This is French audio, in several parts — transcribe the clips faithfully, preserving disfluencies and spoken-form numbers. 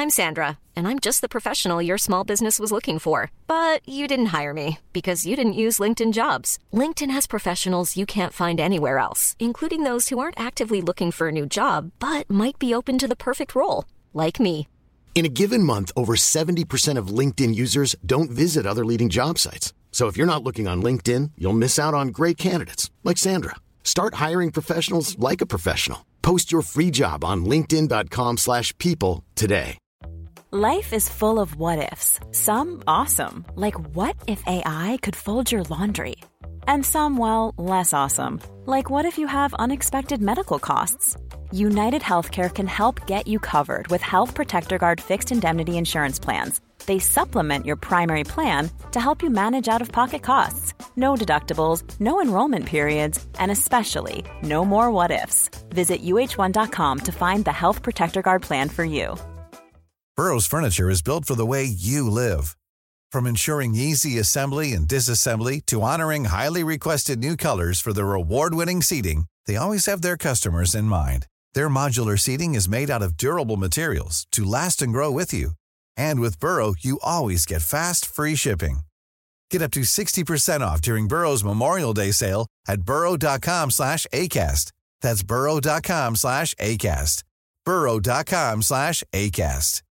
I'm Sandra, and I'm just the professional your small business was looking for. But you didn't hire me because you didn't use LinkedIn Jobs. LinkedIn has professionals you can't find anywhere else, including those who aren't actively looking for a new job, but might be open to the perfect role, like me. In a given month, over seventy percent of LinkedIn users don't visit other leading job sites. So if you're not looking on LinkedIn, you'll miss out on great candidates like Sandra. Start hiring professionals like a professional. Post your free job on linkedin.com slash people today. Life is full of what-ifs. Some awesome, like what if A I could fold your laundry? And some, well, less awesome, like what if you have unexpected medical costs? United Healthcare can help get you covered with Health Protector Guard fixed indemnity insurance plans. They supplement your primary plan to help you manage out-of-pocket costs. No deductibles, no enrollment periods, and especially no more what-ifs. Visit U H one dot com to find the Health Protector Guard plan for you. Burrow's furniture is built for the way you live. From ensuring easy assembly and disassembly to honoring highly requested new colors for their award-winning seating, they always have their customers in mind. Their modular seating is made out of durable materials to last and grow with you. And with Burrow, you always get fast, free shipping. Get up to sixty percent off during Burrow's Memorial Day sale at burrow.com slash ACAST. That's burrow.com slash ACAST. burrow.com slash ACAST.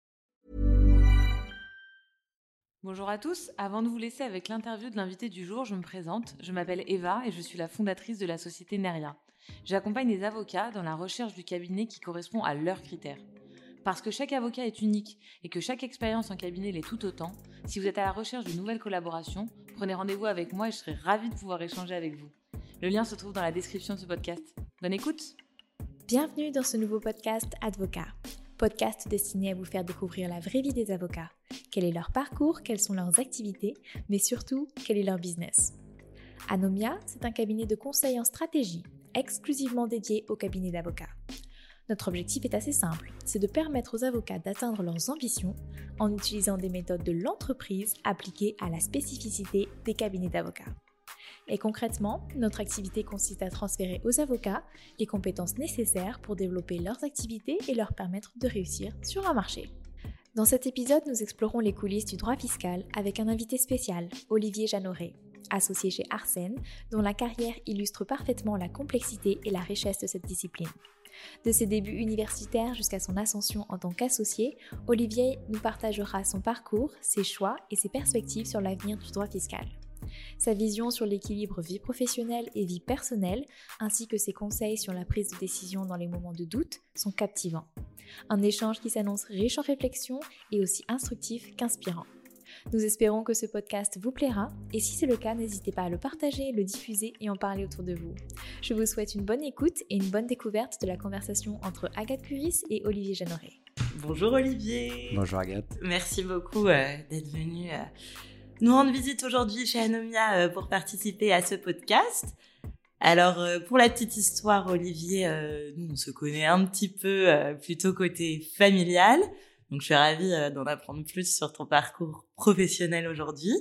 Bonjour à tous, avant de vous laisser avec l'interview de l'invité du jour, je me présente, je m'appelle Eva et je suis la fondatrice de la société Neria. J'accompagne les avocats dans la recherche du cabinet qui correspond à leurs critères. Parce que chaque avocat est unique et que chaque expérience en cabinet l'est tout autant, si vous êtes à la recherche d'une nouvelle collaboration, prenez rendez-vous avec moi et je serai ravie de pouvoir échanger avec vous. Le lien se trouve dans la description de ce podcast. Bonne écoute! Bienvenue dans ce nouveau podcast Advocat. Podcast destiné à vous faire découvrir la vraie vie des avocats. Quel est leur parcours, quelles sont leurs activités, mais surtout, quel est leur business. Anomia, c'est un cabinet de conseil en stratégie, exclusivement dédié aux cabinets d'avocats. Notre objectif est assez simple, c'est de permettre aux avocats d'atteindre leurs ambitions en utilisant des méthodes de l'entreprise appliquées à la spécificité des cabinets d'avocats. Et concrètement, notre activité consiste à transférer aux avocats les compétences nécessaires pour développer leurs activités et leur permettre de réussir sur un marché. Dans cet épisode, nous explorons les coulisses du droit fiscal avec un invité spécial, Olivier Jeanneret, associé chez Arsène, dont la carrière illustre parfaitement la complexité et la richesse de cette discipline. De ses débuts universitaires jusqu'à son ascension en tant qu'associé, Olivier nous partagera son parcours, ses choix et ses perspectives sur l'avenir du droit fiscal. Sa vision sur l'équilibre vie professionnelle et vie personnelle, ainsi que ses conseils sur la prise de décision dans les moments de doute, sont captivants. Un échange qui s'annonce riche en réflexions et aussi instructif qu'inspirant. Nous espérons que ce podcast vous plaira et si c'est le cas, n'hésitez pas à le partager, le diffuser et en parler autour de vous. Je vous souhaite une bonne écoute et une bonne découverte de la conversation entre Agathe Curis et Olivier Jeanneret. Bonjour Olivier. Bonjour Agathe. Merci beaucoup euh, d'être venu euh, nous rendre visite aujourd'hui chez Anomia euh, pour participer à ce podcast. Alors euh, pour la petite histoire, Olivier, euh, nous on se connaît un petit peu euh, plutôt côté familial. Donc, je suis ravie euh, d'en apprendre plus sur ton parcours professionnel aujourd'hui.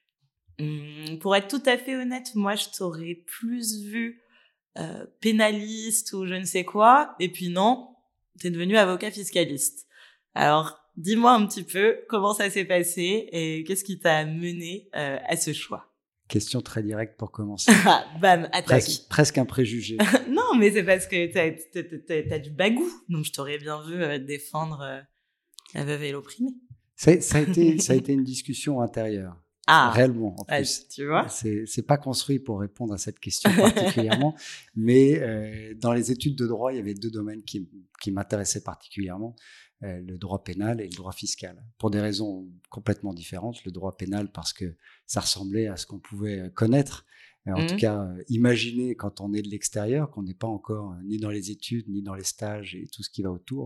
Hum, pour être tout à fait honnête, moi, je t'aurais plus vu euh, pénaliste ou je ne sais quoi. Et puis non, t'es devenu avocat fiscaliste. Alors, dis-moi un petit peu comment ça s'est passé et qu'est-ce qui t'a mené euh, à ce choix. Question très directe pour commencer. Bam, attaque. Presque, presque un préjugé. Non, mais c'est parce que t'as, t'as, t'as, t'as du bagou. Donc, je t'aurais bien vu euh, défendre... Euh, la veuve et l'opprimé. C'est, ça a été, ça a été une discussion intérieure. Ah. Réellement, en plus. Ouais, tu vois. C'est, c'est pas construit pour répondre à cette question particulièrement, mais euh, dans les études de droit, il y avait deux domaines qui, qui m'intéressaient particulièrement, euh, le droit pénal et le droit fiscal. Pour des raisons complètement différentes. Le droit pénal parce que ça ressemblait à ce qu'on pouvait connaître, en mmh. tout cas euh, imaginer quand on est de l'extérieur, qu'on n'est pas encore euh, ni dans les études, ni dans les stages et tout ce qui va autour.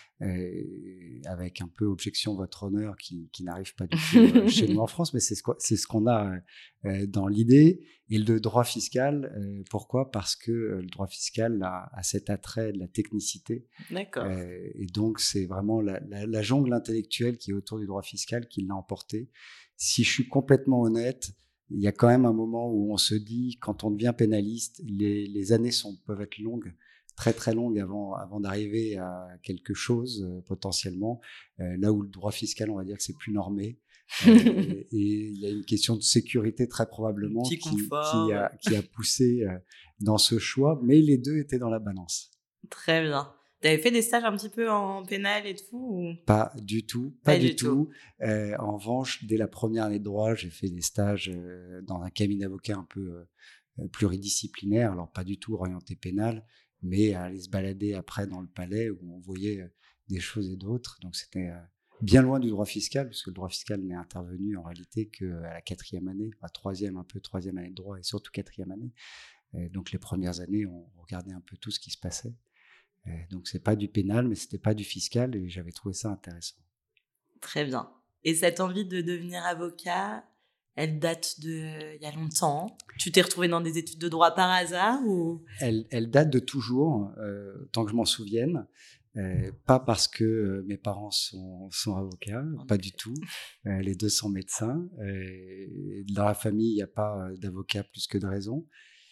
Euh, avec un peu objection votre honneur qui, qui n'arrive pas du tout euh, chez nous en France, mais c'est ce, quoi, c'est ce qu'on a euh, dans l'idée. Et le droit fiscal, euh, pourquoi ? Parce que euh, le droit fiscal a, a cet attrait de la technicité. D'accord. Euh, et donc, c'est vraiment la, la, la jungle intellectuelle qui est autour du droit fiscal qui l'a emporté. Si je suis complètement honnête, il y a quand même un moment où on se dit, quand on devient pénaliste, les, les années sont, peuvent être longues. très très longue avant, avant d'arriver à quelque chose euh, potentiellement. Euh, là où le droit fiscal, on va dire que c'est plus normé. euh, et il y a une question de sécurité très probablement qui, qui, a, qui a poussé euh, dans ce choix, mais les deux étaient dans la balance. Très bien. Tu avais fait des stages un petit peu en pénal et tout ou... Pas du tout, pas, pas du, du tout. tout. Euh, en revanche, dès la première année de droit, j'ai fait des stages euh, dans un cabinet d'avocats un peu euh, pluridisciplinaire, alors pas du tout orienté pénal, mais à aller se balader après dans le palais où on voyait euh, des choses et d'autres. Donc c'était euh, bien loin du droit fiscal, puisque le droit fiscal n'est intervenu en réalité qu'à la quatrième année, à troisième un peu, troisième année de droit et surtout quatrième année. Euh, donc les premières années, on regardait un peu tout ce qui se passait. Euh, donc c'est pas du pénal, mais c'était pas du fiscal, et j'avais trouvé ça intéressant. Très bien. Et cette envie de devenir avocat, elle date de il y a longtemps. Tu t'es retrouvé dans des études de droit par hasard ou... elle, elle date de toujours, euh, tant que je m'en souvienne. Euh, pas parce que euh, mes parents sont, sont avocats, okay. Pas du tout. Euh, les deux sont médecins. Euh, dans la famille, il n'y a pas d'avocat plus que de raison.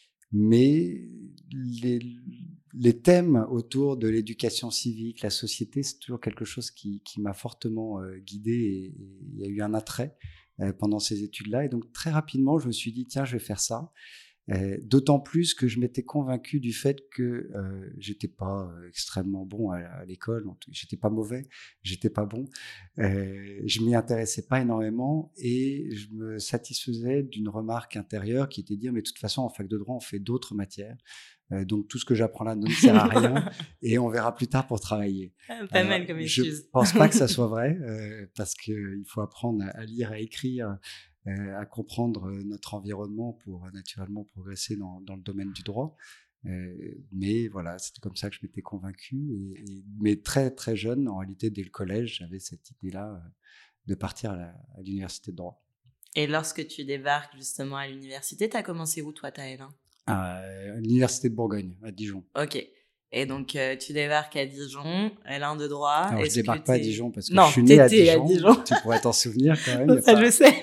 Mais les, les thèmes autour de l'éducation civique, la société, c'est toujours quelque chose qui, qui m'a fortement euh, guidé, et il y a eu un attrait euh, pendant ces études-là. Et donc, très rapidement, je me suis dit, tiens, je vais faire ça. Euh, d'autant plus que je m'étais convaincu du fait que euh, j'étais pas euh, extrêmement bon à, à l'école, j'étais pas mauvais, j'étais pas bon, euh, je m'y intéressais pas énormément, et je me satisfaisais d'une remarque intérieure qui était de dire mais de toute façon en fac de droit on fait d'autres matières, euh, donc tout ce que j'apprends là ne me sert à rien et on verra plus tard pour travailler. Ah, pas Alors, mal comme excuse. Je pense pas que ça soit vrai euh, parce que il faut apprendre à lire, à écrire, Euh, à comprendre notre environnement pour euh, naturellement progresser dans, dans le domaine du droit. Euh, mais voilà, c'était comme ça que je m'étais convaincu. Et, et, mais très très jeune, en réalité, dès le collège, j'avais cette idée-là euh, de partir à, la, à l'université de droit. Et lorsque tu débarques justement à l'université, tu as commencé où toi, Taël? À l'université de Bourgogne, à Dijon. Ok. Et donc, euh, tu débarques à Dijon, L un de droit. Alors, Est-ce je débarque que pas t'es... à Dijon parce que non, je suis né à Dijon. à Dijon. Tu pourrais t'en souvenir quand même. Non, ça, pas... je sais.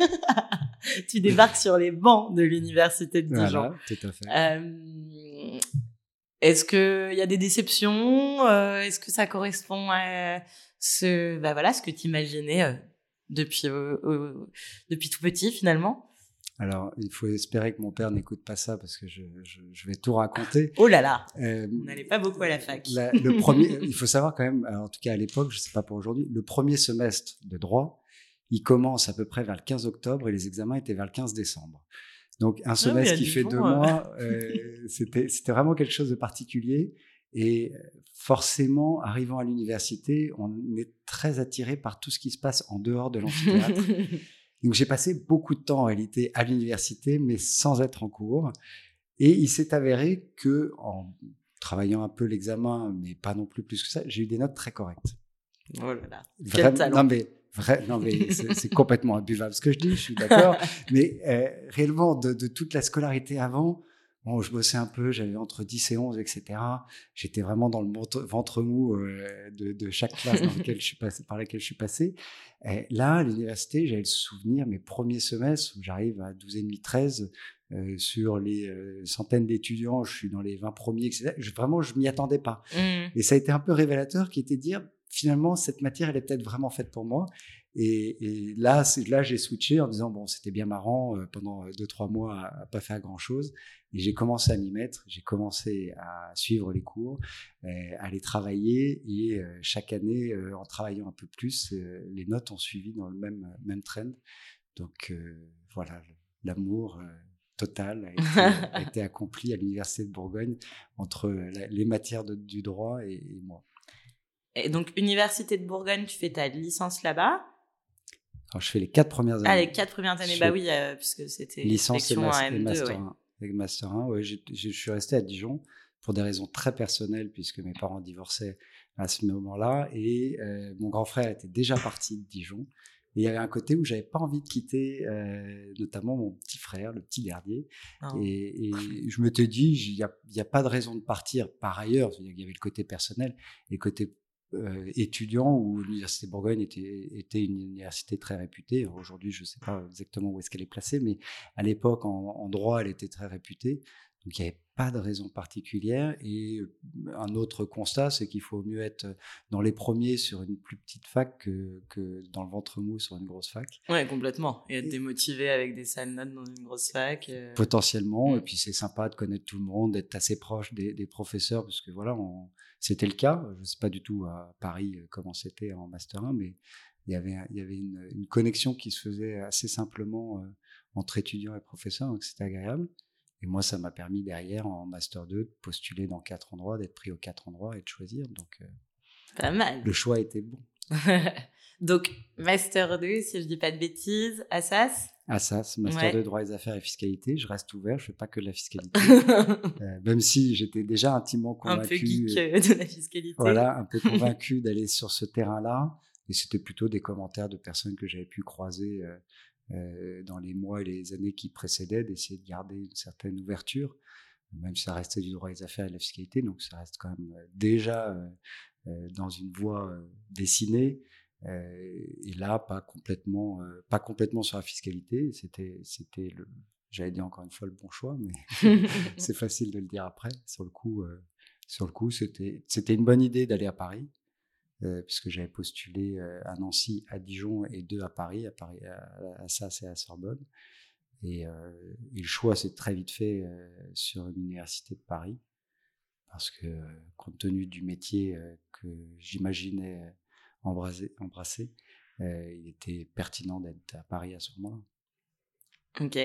Tu débarques sur les bancs de l'université de Dijon. Voilà, tout à fait. Euh, est-ce qu'il y a des déceptions? euh, Est-ce que ça correspond à ce, bah voilà, ce que tu imaginais euh, depuis, euh, euh, depuis tout petit, finalement? Alors, il faut espérer que mon père n'écoute pas ça parce que je, je, je vais tout raconter. Oh là là, euh, on n'allait pas beaucoup à la fac. La, le premier, il faut savoir quand même, alors en tout cas à l'époque, je ne sais pas pour aujourd'hui, le premier semestre de droit, il commence à peu près vers le quinze octobre et les examens étaient vers le quinze décembre. Donc un semestre ah oui, qui fait deux euh... mois, euh, c'était, c'était vraiment quelque chose de particulier. Et forcément, arrivant à l'université, on est très attiré par tout ce qui se passe en dehors de l'amphithéâtre. Donc, j'ai passé beaucoup de temps en réalité à l'université, mais sans être en cours. Et il s'est avéré que, en travaillant un peu l'examen, mais pas non plus plus que ça, j'ai eu des notes très correctes. Oh là là, Vraiment, quel talent. Non mais, vrai, non mais c'est, c'est complètement abusable ce que je dis, je suis d'accord. Mais euh, réellement, de, de toute la scolarité avant, bon, je bossais un peu, j'avais entre dix et onze, et cetera. J'étais vraiment dans le ventre mou euh, de, de chaque classe dans laquelle je suis passé, par laquelle je suis passé. Et là, à l'université, j'avais le souvenir, mes premiers semestres, où j'arrive à douze et demi, treize, euh, sur les euh, centaines d'étudiants, je suis dans les vingt premiers, et cetera. Je, vraiment, je m'y attendais pas. Mmh. Et ça a été un peu révélateur, qui était de dire, finalement, cette matière, elle est peut-être vraiment faite pour moi. Et, et là, c'est, là, j'ai switché en disant, bon, c'était bien marrant euh, pendant deux, trois mois à, à pas faire grand-chose. Et j'ai commencé à m'y mettre, j'ai commencé à suivre les cours, euh, à aller travailler. Et euh, chaque année, euh, en travaillant un peu plus, euh, les notes ont suivi dans le même, même trend. Donc euh, voilà, l'amour euh, total a été, a été accompli à l'université de Bourgogne entre la, les matières de, du droit et, et moi. Et donc, université de Bourgogne, tu fais ta licence là-bas? Alors, je fais les quatre premières années. Ah, les quatre premières années, je bah oui, euh, puisque c'était licence et, mas- M deux, et master ouais. un. Avec master un, ouais, j'ai, j'ai, je suis resté à Dijon pour des raisons très personnelles, puisque mes parents divorçaient à ce moment-là, et euh, mon grand frère était déjà parti de Dijon. Et il y avait un côté où j'avais pas envie de quitter, euh, notamment mon petit frère, le petit dernier. Oh. Et, et je m'étais dit, il y a, y a pas de raison de partir par ailleurs. Il y avait le côté personnel et le côté Euh, étudiant, où l'université de Bourgogne était, était une université très réputée. Alors aujourd'hui, je ne sais pas exactement où est-ce qu'elle est placée, mais à l'époque, en, en droit, elle était très réputée. Donc, il n'y avait pas de raison particulière. Et un autre constat, c'est qu'il faut mieux être dans les premiers sur une plus petite fac que, que dans le ventre mou sur une grosse fac. Ouais, complètement. Et être et... démotivé avec des sales notes dans une grosse fac. Euh... Potentiellement. Mmh. Et puis, c'est sympa de connaître tout le monde, d'être assez proche des, des professeurs, parce que voilà, on... c'était le cas. Je ne sais pas du tout à Paris comment c'était en Master un, mais il y avait, il y avait une, une connexion qui se faisait assez simplement euh, entre étudiants et professeurs, donc c'était agréable. Et moi, ça m'a permis derrière, en Master deux, de postuler dans quatre endroits, d'être pris aux quatre endroits et de choisir. Donc, euh, pas mal. Le choix était bon. Donc, Master deux, si je ne dis pas de bêtises, Assas Assas, Master ouais. deux, droit des affaires et fiscalité. Je reste ouvert, je ne fais pas que de la fiscalité. euh, même si j'étais déjà intimement convaincu. Un peu geek euh, de la fiscalité. Voilà, un peu convaincu d'aller sur ce terrain-là. Et c'était plutôt des commentaires de personnes que j'avais pu croiser euh, euh, dans les mois et les années qui précédaient, d'essayer de garder une certaine ouverture, même si ça restait du droit des affaires et de la fiscalité, donc ça reste quand même déjà euh, euh, dans une voie euh, dessinée, euh, et là, pas complètement, euh, pas complètement sur la fiscalité, c'était, c'était le, j'allais dire encore une fois le bon choix, mais c'est facile de le dire après. Sur le coup, euh, sur le coup c'était, c'était une bonne idée d'aller à Paris. Euh, puisque j'avais postulé euh, à Nancy, à Dijon et deux à Paris, à Paris, à, à Assas et à Sorbonne. Et, euh, et le choix s'est très vite fait euh, sur une université de Paris, parce que euh, compte tenu du métier euh, que j'imaginais embrasser, embrasser euh, il était pertinent d'être à Paris à ce moment-là. Ok.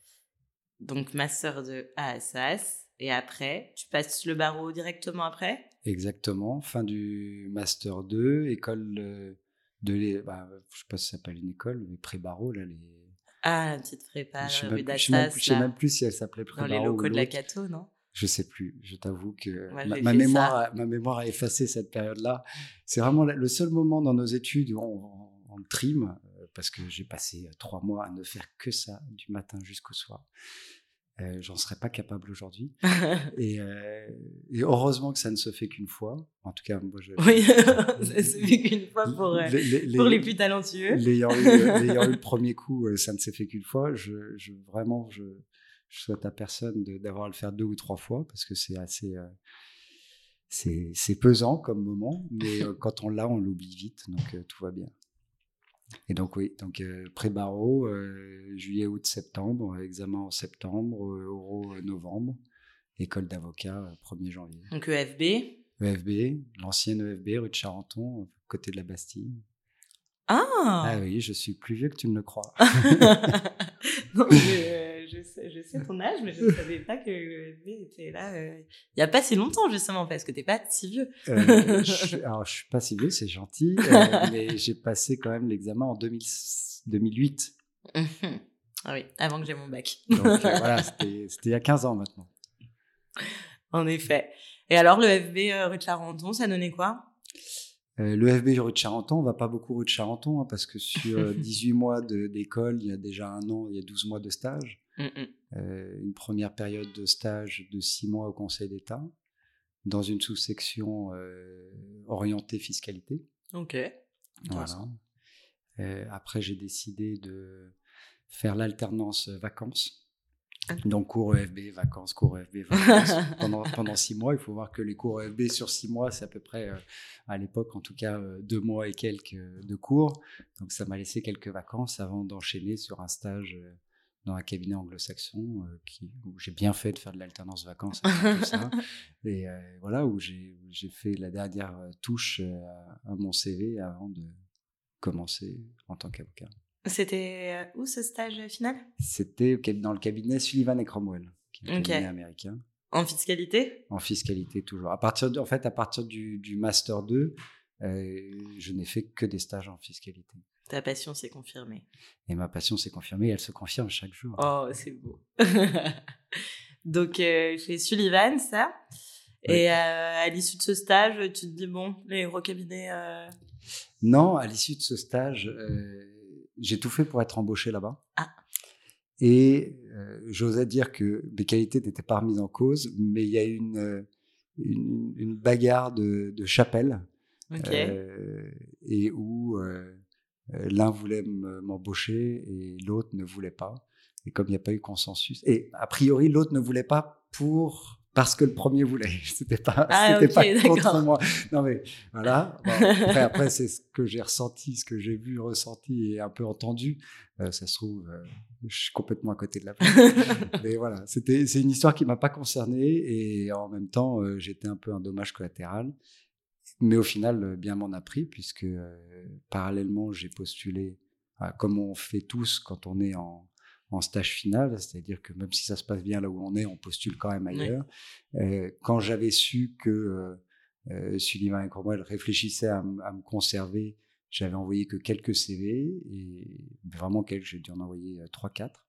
Donc Master deux à Assas, et après, tu passes le barreau directement après ? Exactement, fin du Master deux, école de... Les, bah, je ne sais pas si ça s'appelle une école, mais pré-barreau, là, les... Ah, la petite prépa, je rue d'Assas. Je ne sais même plus si elle s'appelait pré-barreau. Dans les locaux de la Cato, non ? Je ne sais plus, je t'avoue que Moi, ma, ma, mémoire a, ma mémoire a effacé cette période-là. C'est vraiment le seul moment dans nos études où on, on, on trime, parce que j'ai passé trois mois à ne faire que ça, du matin jusqu'au soir. Euh, j'en serais pas capable aujourd'hui. et, euh, et heureusement que ça ne se fait qu'une fois. En tout cas, moi, je... Oui, ça se fait qu'une fois pour, euh, les, les, pour les plus talentueux. L'ayant eu, l'ayant eu le premier coup, ça ne s'est fait qu'une fois. Je, je, vraiment, je, je souhaite à personne de, d'avoir à le faire deux ou trois fois, parce que c'est assez... Euh, c'est, c'est pesant comme moment, mais euh, quand on l'a, on l'oublie vite, donc euh, tout va bien. Et donc oui, donc euh, pré-barreau, euh, juillet, août, septembre, examen en septembre, euh, oraux euh, novembre, école d'avocat euh, premier janvier. Donc E F B. E F B, l'ancienne E F B, rue de Charenton, côté de la Bastille. Ah Ah oui, je suis plus vieux que tu ne le crois. Non, je, je, sais, je sais ton âge, mais je ne savais pas que le E F B était là. Euh, il n'y a pas si longtemps, justement, parce que tu n'es pas si vieux. euh, je, alors, je ne suis pas si vieux, c'est gentil, euh, mais j'ai passé quand même l'examen en deux mille, deux mille huit. Ah oui, avant que j'ai mon bac. Donc euh, voilà, c'était, c'était il y a quinze ans maintenant. En effet. Et alors, le F B euh, rue de Charenton, ça donnait quoi ? Euh, le F B rue de Charenton, on va pas beaucoup rue de Charenton, hein, parce que sur euh, dix-huit mois de, d'école, il y a déjà un an, il y a douze mois de stage. Euh, une première période de stage de six mois au Conseil d'État, dans une sous-section euh, orientée fiscalité. Ok. Voilà. Euh, après, j'ai décidé de faire l'alternance vacances. Donc, cours E F B, vacances, cours E F B, vacances. pendant, pendant six mois, il faut voir que les cours E F B sur six mois, c'est à peu près, euh, à l'époque, en tout cas, euh, deux mois et quelques de cours. Donc, ça m'a laissé quelques vacances avant d'enchaîner sur un stage euh, dans un cabinet anglo-saxon euh, qui, où j'ai bien fait de faire de l'alternance vacances avec tout ça. Et euh, voilà, où j'ai, j'ai fait la dernière touche euh, à, à mon C V avant de commencer en tant qu'avocat. C'était où ce stage final ? C'était dans le cabinet Sullivan et Cromwell, qui est un okay. cabinet américain. En fiscalité ? En fiscalité, toujours. À partir de, en fait, à partir du, du Master deux, euh, je n'ai fait que des stages en fiscalité. Ta passion s'est confirmée. Et ma passion s'est confirmée, et elle se confirme chaque jour. Oh, c'est beau. Donc, euh, chez Sullivan, ça. Oui. Et euh, à l'issue de ce stage, tu te dis, bon, les gros cabinets... Euh... Non, à l'issue de ce stage... Euh, j'ai tout fait pour être embauché là-bas. Ah. Et euh, j'osais dire que mes qualités n'étaient pas remises en cause, mais il y a eu une, une, une bagarre de, de chapelle. Okay. Euh, et où euh, l'un voulait m'embaucher et l'autre ne voulait pas. Et comme il n'y a pas eu consensus, et a priori l'autre ne voulait pas pour... Parce que le premier voulait. C'était pas, ah, c'était okay, pas contre moi. Non, mais voilà. Bon, après, après, c'est ce que j'ai ressenti, ce que j'ai vu, ressenti et un peu entendu. Euh, ça se trouve, euh, je suis complètement à côté de la plaque. Mais voilà, c'était, c'est une histoire qui m'a pas concerné et en même temps, euh, j'étais un peu un dommage collatéral. Mais au final, euh, bien m'en a pris puisque euh, parallèlement, j'ai postulé, euh, comme on fait tous quand on est en en stage final, c'est-à-dire que même si ça se passe bien là où on est, on postule quand même ailleurs. Oui. Euh, quand j'avais su que euh, Sullivan et Cromwell réfléchissaient à, m- à me conserver, j'avais envoyé que quelques C V, et vraiment quelques, j'ai dû en envoyer trois quatre.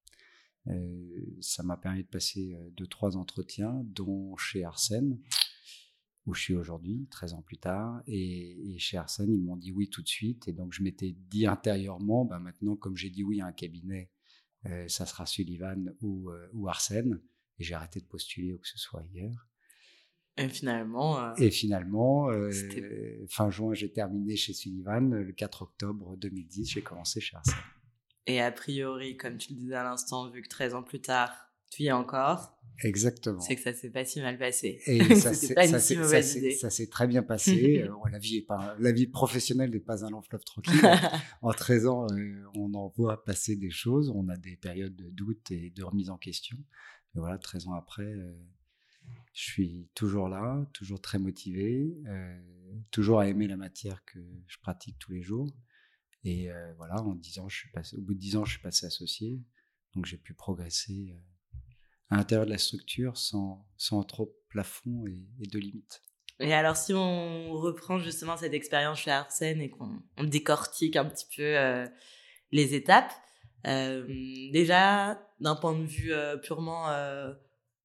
Euh, ça m'a permis de passer deux trois entretiens, dont chez Arsène, où je suis aujourd'hui, treize ans plus tard. Et, et chez Arsène, ils m'ont dit oui tout de suite. Et donc, je m'étais dit intérieurement, bah maintenant, comme j'ai dit oui à un cabinet, Euh, ça sera Sullivan ou, euh, ou Arsène, et j'ai arrêté de postuler où que ce soit ailleurs. Et finalement, euh, et finalement euh, fin juin, j'ai terminé chez Sullivan. Le quatre octobre deux mille dix, j'ai commencé chez Arsène. Et a priori, comme tu le disais à l'instant, vu que treize ans plus tard, tu y es encore. Exactement. C'est que ça s'est pas si mal passé. Et ça, C'était c'est, pas une ça, si c'est, mauvaise ça, idée. c'est, ça s'est très bien passé. euh, la, vie est pas, la vie professionnelle n'est pas un long fleuve tranquille. En treize ans, euh, on en voit passer des choses. On a des périodes de doute et de remise en question. Et voilà, treize ans après, euh, je suis toujours là, toujours très motivé, euh, toujours à aimer la matière que je pratique tous les jours. Et euh, voilà, en dix ans, je suis passé, au bout de dix ans, je suis passé associé. Donc j'ai pu progresser euh, à l'intérieur de la structure sans, sans trop plafond et, et de limites. Et alors, si on reprend justement cette expérience chez Arsène et qu'on on décortique un petit peu euh, les étapes, euh, déjà, d'un point de vue euh, purement euh,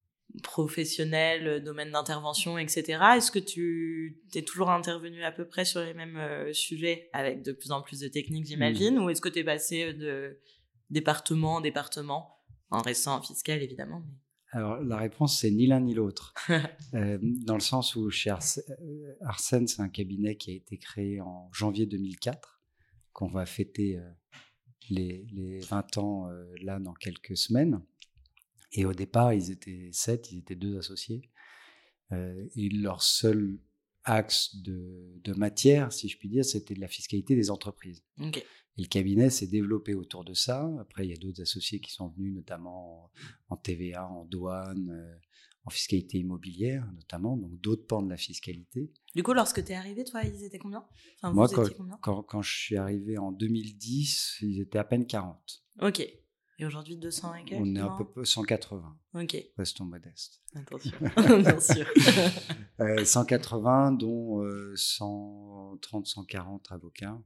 professionnel, domaine d'intervention, et cetera, est-ce que tu es toujours intervenu à peu près sur les mêmes euh, sujets avec de plus en plus de techniques, j'imagine, mmh. ou est-ce que tu es passé de département en département, en restant en fiscal, évidemment? Alors, la réponse, c'est ni l'un ni l'autre. euh, dans le sens où chez Ars- Arsène, c'est un cabinet qui a été créé en janvier deux mille quatre, qu'on va fêter euh, les, les vingt ans euh, là dans quelques semaines. Et au départ, ils étaient sept, ils étaient deux associés. Euh, et leur seul axe de, de matière, si je puis dire, c'était de la fiscalité des entreprises. Okay. Et le cabinet s'est développé autour de ça. Après, il y a d'autres associés qui sont venus, notamment en, en T V A, en douane, euh, en fiscalité immobilière, notamment, donc d'autres pans de la fiscalité. Du coup, lorsque tu es arrivé, toi, ils étaient combien? Enfin, Moi, vous quand, étiez combien? quand, quand je suis arrivé en deux mille dix, ils étaient à peine quarante. Ok. Et aujourd'hui, deux cents et quelques? On est à peu près cent quatre-vingts. Ok. Restons modestes. Attention, bien sûr. euh, cent quatre-vingts, dont euh, cent trente, cent quarante avocats.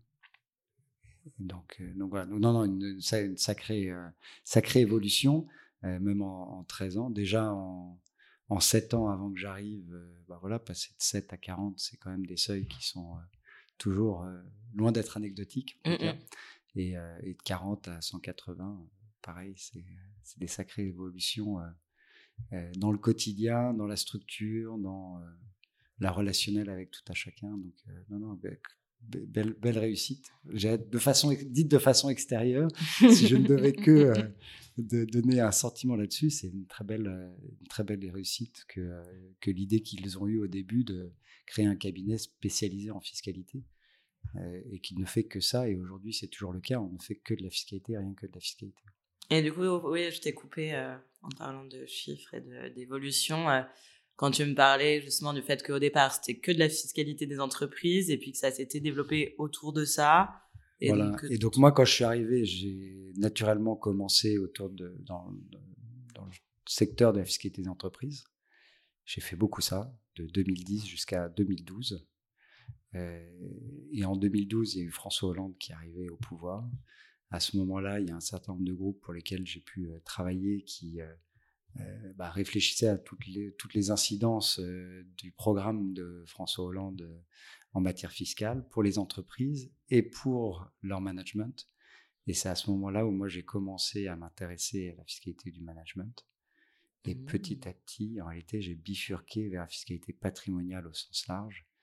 Donc, euh, donc voilà. Non, non, une, une sacrée, euh, sacrée évolution, euh, même en, en treize ans. Déjà, en, en sept ans avant que j'arrive, euh, bah voilà, passer de sept à quarante, c'est quand même des seuils qui sont euh, toujours euh, loin d'être anecdotiques. On peut dire. Et, euh, et de quarante à cent quatre-vingts, pareil, c'est, c'est des sacrées évolutions euh, euh, dans le quotidien, dans la structure, dans euh, la relationnelle avec tout à chacun. Donc, euh, non, non, be- belle, belle réussite. J'ai de façon, dite de façon extérieure, si je ne devais que euh, de donner un sentiment là-dessus, c'est une très belle, euh, une très belle réussite que, euh, que l'idée qu'ils ont eue au début de créer un cabinet spécialisé en fiscalité. Euh, et qui ne fait que ça, et aujourd'hui c'est toujours le cas, on ne fait que de la fiscalité, rien que de la fiscalité. Et du coup, oui, je t'ai coupé euh, en parlant de chiffres et de, d'évolution, euh, quand tu me parlais justement du fait qu'au départ c'était que de la fiscalité des entreprises et puis que ça s'était développé autour de ça. Et voilà. Donc, et donc moi quand je suis arrivé, j'ai naturellement commencé autour de, dans, dans le secteur de la fiscalité des entreprises. J'ai fait beaucoup ça, de deux mille dix jusqu'à deux mille douze. Euh, et en deux mille douze, il y a eu François Hollande qui est arrivé au pouvoir. À ce moment-là, il y a un certain nombre de groupes pour lesquels j'ai pu euh, travailler qui euh, euh, bah, réfléchissaient à toutes les, toutes les incidences euh, du programme de François Hollande euh, en matière fiscale pour les entreprises et pour leur management. Et c'est à ce moment-là où moi j'ai commencé à m'intéresser à la fiscalité du management. Et mmh. petit à petit, en réalité, j'ai bifurqué vers la fiscalité patrimoniale au sens large.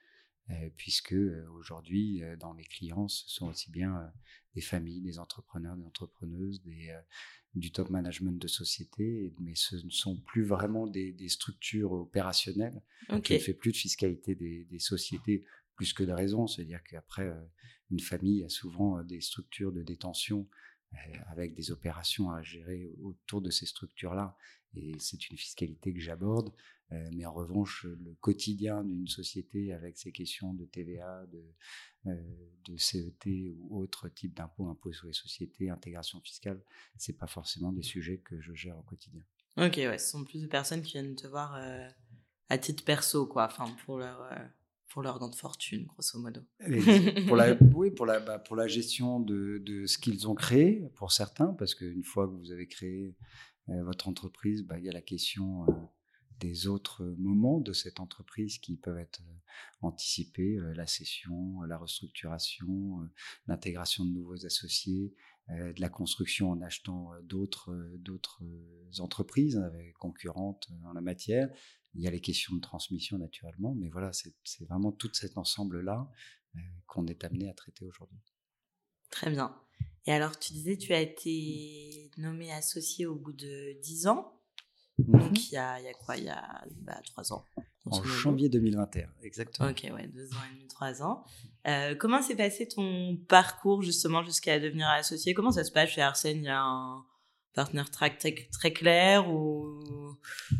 euh, puisque euh, aujourd'hui, euh, dans mes clients, ce sont aussi bien euh, des familles, des entrepreneurs, des entrepreneuses, des, euh, du top management de société, mais ce ne sont plus vraiment des, des structures opérationnelles. Okay. Je ne fais plus de fiscalité des, des sociétés, plus que de raison. C'est-à-dire qu'après, euh, une famille a souvent euh, des structures de détention euh, avec des opérations à gérer autour de ces structures-là. Et c'est une fiscalité que j'aborde. Euh, mais en revanche, le quotidien d'une société avec ces questions de T V A, de, euh, de C E T ou autres types d'impôts, impôts sur les sociétés, intégration fiscale, c'est pas forcément des sujets que je gère au quotidien. Ok, ouais, ce sont plus de personnes qui viennent te voir euh, à titre perso, quoi, enfin pour leur euh, pour leur grande fortune, grosso modo. Et pour la, oui, pour la, bah, pour la gestion de, de ce qu'ils ont créé, pour certains, parce qu'une fois que vous avez créé euh, votre entreprise, bah, il y a la question euh, des autres moments de cette entreprise qui peuvent être anticipés, euh, la cession, la restructuration, euh, l'intégration de nouveaux associés, euh, de la construction en achetant d'autres, euh, d'autres entreprises avec, concurrentes en la matière. Il y a les questions de transmission naturellement, mais voilà, c'est, c'est vraiment tout cet ensemble-là euh, qu'on est amené à traiter aujourd'hui. Très bien. Et alors, tu disais, tu as été nommé associé au bout de dix ans. Donc, il y a, il y a quoi? Il y a bah, trois ans. En janvier deux mille vingt et un, exactement. Ok, ouais, deux ans et demi, trois ans. Euh, comment s'est passé ton parcours, justement, jusqu'à devenir associé? Comment ça se passe chez Arsène? Il y a un partenaire très, très, très clair ou...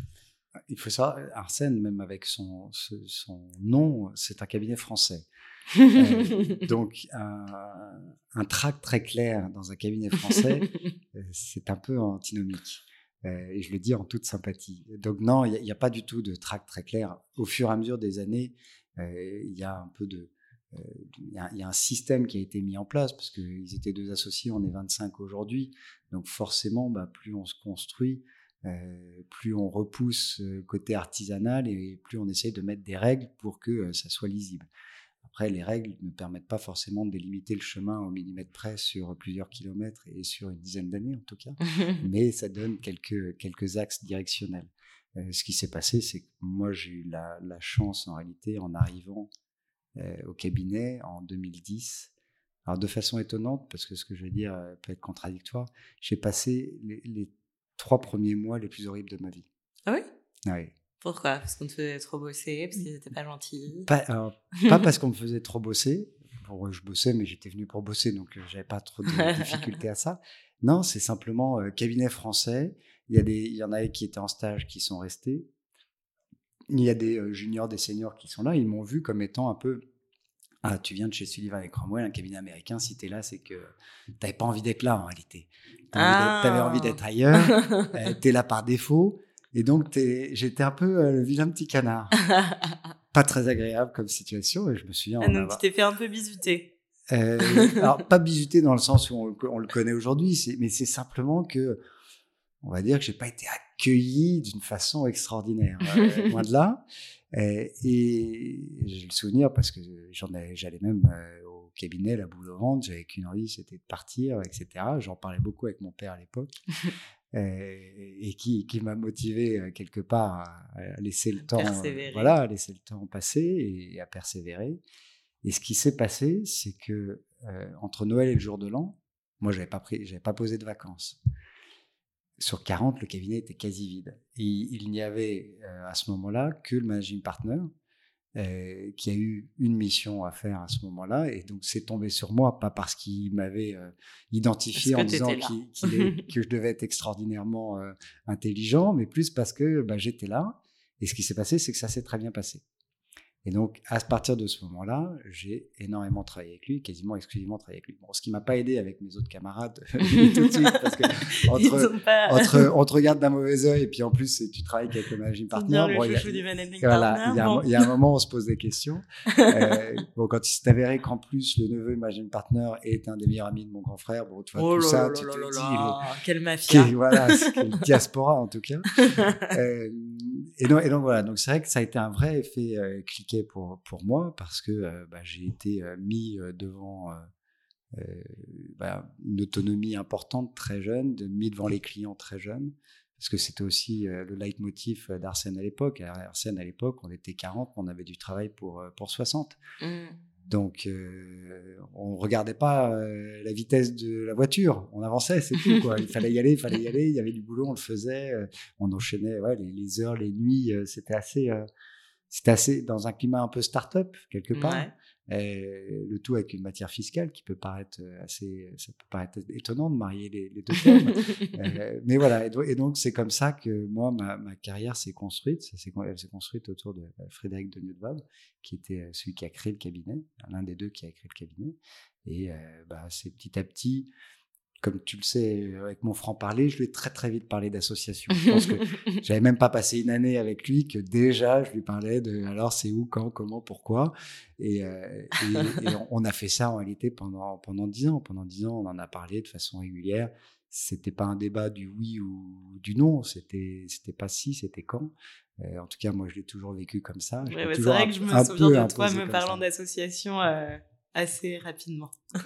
Il faut savoir, Arsène, même avec son, son nom, c'est un cabinet français. euh, donc, un, un track très clair dans un cabinet français, c'est un peu antinomique. Euh, et je le dis en toute sympathie. Donc non, il n'y a, a pas du tout de track très clair. Au fur et à mesure des années, euh, il y a un peu de... Il euh, y, y a un système qui a été mis en place, parce qu'ils étaient deux associés, on est vingt-cinq aujourd'hui. Donc forcément, bah, plus on se construit, euh, plus on repousse euh, côté artisanal et plus on essaye de mettre des règles pour que euh, ça soit lisible. Après, les règles ne permettent pas forcément de délimiter le chemin au millimètre près sur plusieurs kilomètres et sur une dizaine d'années en tout cas, mais ça donne quelques, quelques axes directionnels. Euh, ce qui s'est passé, c'est que moi j'ai eu la, la chance en réalité en arrivant euh, au cabinet en deux mille dix. Alors de façon étonnante, parce que ce que je vais dire euh, peut être contradictoire, j'ai passé les, les trois premiers mois les plus horribles de ma vie. Ah oui? Ah oui. Pourquoi? Parce qu'on te faisait trop bosser, parce qu'ils n'étaient pas gentils? Pas, alors, pas parce qu'on me faisait trop bosser. Bon, je bossais, mais j'étais venu pour bosser, donc euh, j'avais pas trop de difficultés à ça. Non, c'est simplement euh, cabinet français. Il y a des, il y en avait qui étaient en stage, qui sont restés. Il y a des euh, juniors, des seniors qui sont là. Ils m'ont vu comme étant un peu... Ah, tu viens de chez Sullivan et Cromwell, un cabinet américain. Si t'es là, c'est que t'avais pas envie d'être là en réalité. T'avais ah. envie d'être ailleurs. euh, t'es là par défaut. Et donc, t'es, j'étais un peu euh, le vilain petit canard. Pas très agréable comme situation. Et je me souviens. Ah, donc, avoir... tu t'es fait un peu bisuter. Euh, alors, pas bisuter dans le sens où on, on le connaît aujourd'hui, c'est, mais c'est simplement que, on va dire que j'ai pas été accueilli d'une façon extraordinaire. Euh, loin de là. Euh, et j'ai le souvenir parce que j'en ai, j'allais même euh, au cabinet, la boule au ventre, j'avais qu'une envie, c'était de partir, et cetera. J'en parlais beaucoup avec mon père à l'époque. Euh, et qui, qui m'a motivé quelque part à, à laisser le temps, euh, voilà, à laisser le temps passer et, et à persévérer. Et ce qui s'est passé, c'est que euh, entre Noël et le jour de l'an, moi j'avais pas pris, j'avais pas posé de vacances. Sur quarante, le cabinet était quasi vide. Et il n'y avait euh, à ce moment-là que le managing partner euh, qui a eu une mission à faire à ce moment-là. Et donc, c'est tombé sur moi, pas parce qu'il m'avait euh, identifié en disant qu'il, qu'il est, que je devais être extraordinairement euh, intelligent, mais plus parce que bah, j'étais là. Et ce qui s'est passé, c'est que ça s'est très bien passé. Et donc, à partir de ce moment-là, j'ai énormément travaillé avec lui, quasiment exclusivement travaillé avec lui. Bon, ce qui m'a pas aidé avec mes autres camarades tout de suite, parce que entre, pas... entre, on te regarde d'un mauvais œil, et puis en plus, tu travailles avec le managing partner. Bon, il y a, voilà, il y, a un, il y a un moment où on se pose des questions. euh, bon, quand il s'est avéré qu'en plus, le neveu managing partner est un des meilleurs amis de mon grand frère, bon, tu vois, oh tout là ça, là tu là te là dis... là, quelle mafia. Quelle, voilà, quelle diaspora, en tout cas. euh, et, donc, et donc, voilà, donc c'est vrai que ça a été un vrai effet euh, cliqué pour, pour moi, parce que euh, bah, j'ai été euh, mis euh, devant euh, euh, bah, une autonomie importante très jeune, de, mis devant les clients très jeunes, parce que c'était aussi euh, le leitmotiv d'Arsène à l'époque. À Arsène, à l'époque, on était quarante, on avait du travail pour, pour soixante. Mmh. Donc, euh, on ne regardait pas euh, la vitesse de la voiture, on avançait, c'est tout, quoi. Il fallait y aller, il fallait y aller, il y avait du boulot, on le faisait, euh, on enchaînait ouais, les, les heures, les nuits, euh, c'était assez... Euh, C'était assez dans un climat un peu start-up, quelque part. Ouais. Et le tout avec une matière fiscale qui peut paraître assez, ça peut paraître étonnant de marier les, les deux termes. euh, mais voilà. Et donc, c'est comme ça que moi, ma, ma carrière s'est construite. Ça s'est, elle s'est construite autour de Frédéric de Nieuwedwab, qui était celui qui a créé le cabinet, l'un des deux qui a créé le cabinet. Et euh, bah, c'est petit à petit, comme tu le sais, avec mon franc-parler, je lui ai très très vite parlé d'association. Je pense que j'avais même pas passé une année avec lui que déjà je lui parlais de alors c'est où, quand, comment, pourquoi. Et, euh, et, et on a fait ça en réalité pendant pendant dix ans. Pendant dix ans, on en a parlé de façon régulière. C'était pas un débat du oui ou du non. C'était c'était pas si, c'était quand. Euh, en tout cas, moi, je l'ai toujours vécu comme ça. Ouais, ouais, c'est vrai que je me souviens de toi me parlant d'association. Euh... assez rapidement.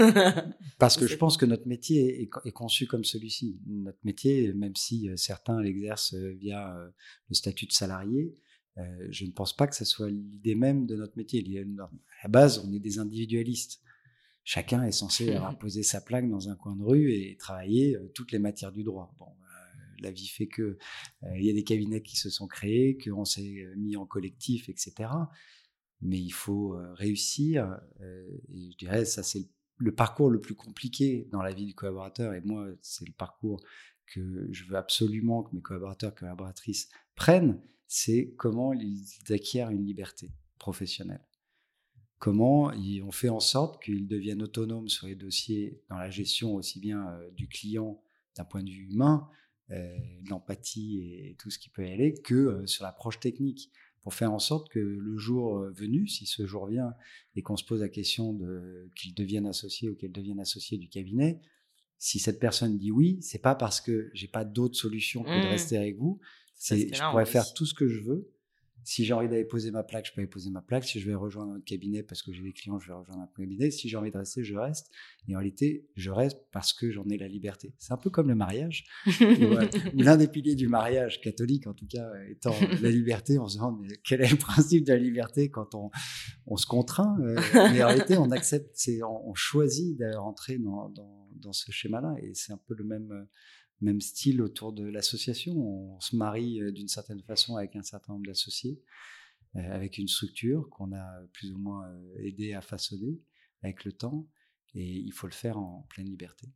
Parce que je pense que notre métier est, est conçu comme celui-ci. Notre métier, même si certains l'exercent via le statut de salarié, euh, je ne pense pas que ce soit l'idée même de notre métier. À la base, on est des individualistes. Chacun est censé avoir posé sa plaque dans un coin de rue et travailler toutes les matières du droit. Bon, euh, la vie fait que euh, il y a des cabinets qui se sont créés, qu'on s'est mis en collectif, et cetera. Mais il faut réussir, euh, et je dirais ça c'est le parcours le plus compliqué dans la vie du collaborateur, et moi c'est le parcours que je veux absolument que mes collaborateurs, collaboratrices prennent, c'est comment ils acquièrent une liberté professionnelle. Comment on fait en sorte qu'ils deviennent autonomes sur les dossiers, dans la gestion aussi bien euh, du client d'un point de vue humain, euh, de l'empathie et tout ce qui peut y aller, que euh, sur l'approche technique. Pour faire en sorte que le jour venu, si ce jour vient et qu'on se pose la question de qu'ils deviennent associés ou qu'elles deviennent associés du cabinet, si cette personne dit oui, c'est pas parce que j'ai pas d'autre solution que mmh. de rester avec vous. C'est, je pourrais faire tout ce que je veux. Si j'ai envie d'aller poser ma plaque, je peux aller poser ma plaque. Si je vais rejoindre un autre cabinet parce que j'ai des clients, je vais rejoindre un cabinet. Si j'ai envie de rester, je reste. Et en réalité, je reste parce que j'en ai la liberté. C'est un peu comme le mariage. Ouais, l'un des piliers du mariage catholique, en tout cas, étant la liberté. On se demande mais quel est le principe de la liberté quand on, on se contraint. Euh, mais en réalité, on accepte, c'est, on, on choisit de rentrer dans, dans, dans ce schéma-là. Et c'est un peu le même... Même style autour de l'association. On se marie d'une certaine façon avec un certain nombre d'associés, euh, avec une structure qu'on a plus ou moins aidé à façonner avec le temps, et il faut le faire en pleine liberté.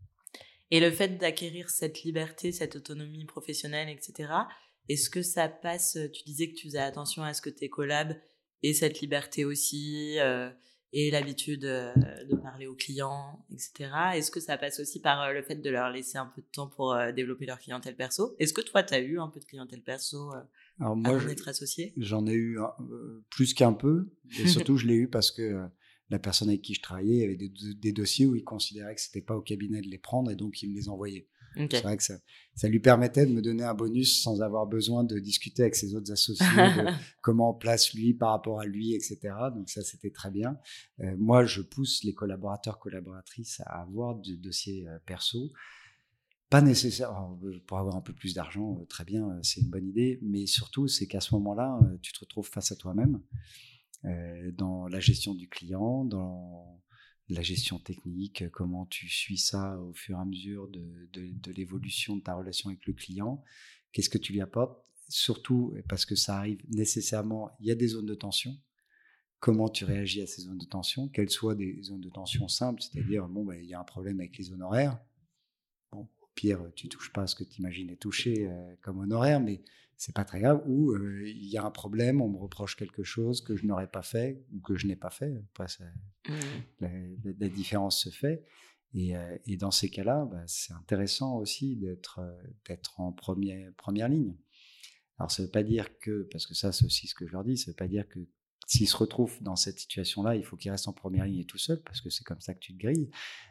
Et le fait d'acquérir cette liberté, cette autonomie professionnelle, et cetera, est-ce que ça passe, tu disais que tu faisais attention à ce que tes collabs aient cette liberté aussi, euh, et l'habitude de parler aux clients, et cetera. Est-ce que ça passe aussi par le fait de leur laisser un peu de temps pour développer leur clientèle perso ? Est-ce que toi, tu as eu un peu de clientèle perso Alors moi, avant d'être associé ? J'en ai eu euh, plus qu'un peu, et surtout, je l'ai eu parce que euh, la personne avec qui je travaillais avait des, des dossiers où il considérait que ce n'était pas au cabinet de les prendre, et donc il me les envoyait. Okay. C'est vrai que ça, ça lui permettait de me donner un bonus sans avoir besoin de discuter avec ses autres associés de comment on place lui par rapport à lui, et cetera. Donc ça, c'était très bien. Euh, moi, je pousse les collaborateurs, collaboratrices à avoir des dossiers euh, perso. Pas nécessaire, pour avoir un peu plus d'argent, euh, très bien, euh, c'est une bonne idée. Mais surtout, c'est qu'à ce moment-là, euh, tu te retrouves face à toi-même euh, dans la gestion du client, dans la gestion technique, comment tu suis ça au fur et à mesure de, de, de l'évolution de ta relation avec le client, qu'est-ce que tu lui apportes, surtout parce que ça arrive nécessairement, il y a des zones de tension, comment tu réagis à ces zones de tension, qu'elles soient des zones de tension simples, c'est-à-dire, bon, ben, il y a un problème avec les honoraires, bon, au pire, tu touches pas à ce que tu imagines être touché euh, comme honoraire, mais c'est pas très grave, ou euh, il y a un problème, on me reproche quelque chose que je n'aurais pas fait ou que je n'ai pas fait. Après, ça, mmh. la, la, la différence se fait. Et, euh, et dans ces cas-là, bah, c'est intéressant aussi d'être, euh, d'être en première, première ligne. Alors, ça ne veut pas dire que, parce que ça, c'est aussi ce que je leur dis, ça ne veut pas dire que s'ils se retrouvent dans cette situation-là, il faut qu'ils restent en première ligne et tout seul, parce que c'est comme ça que tu te grilles.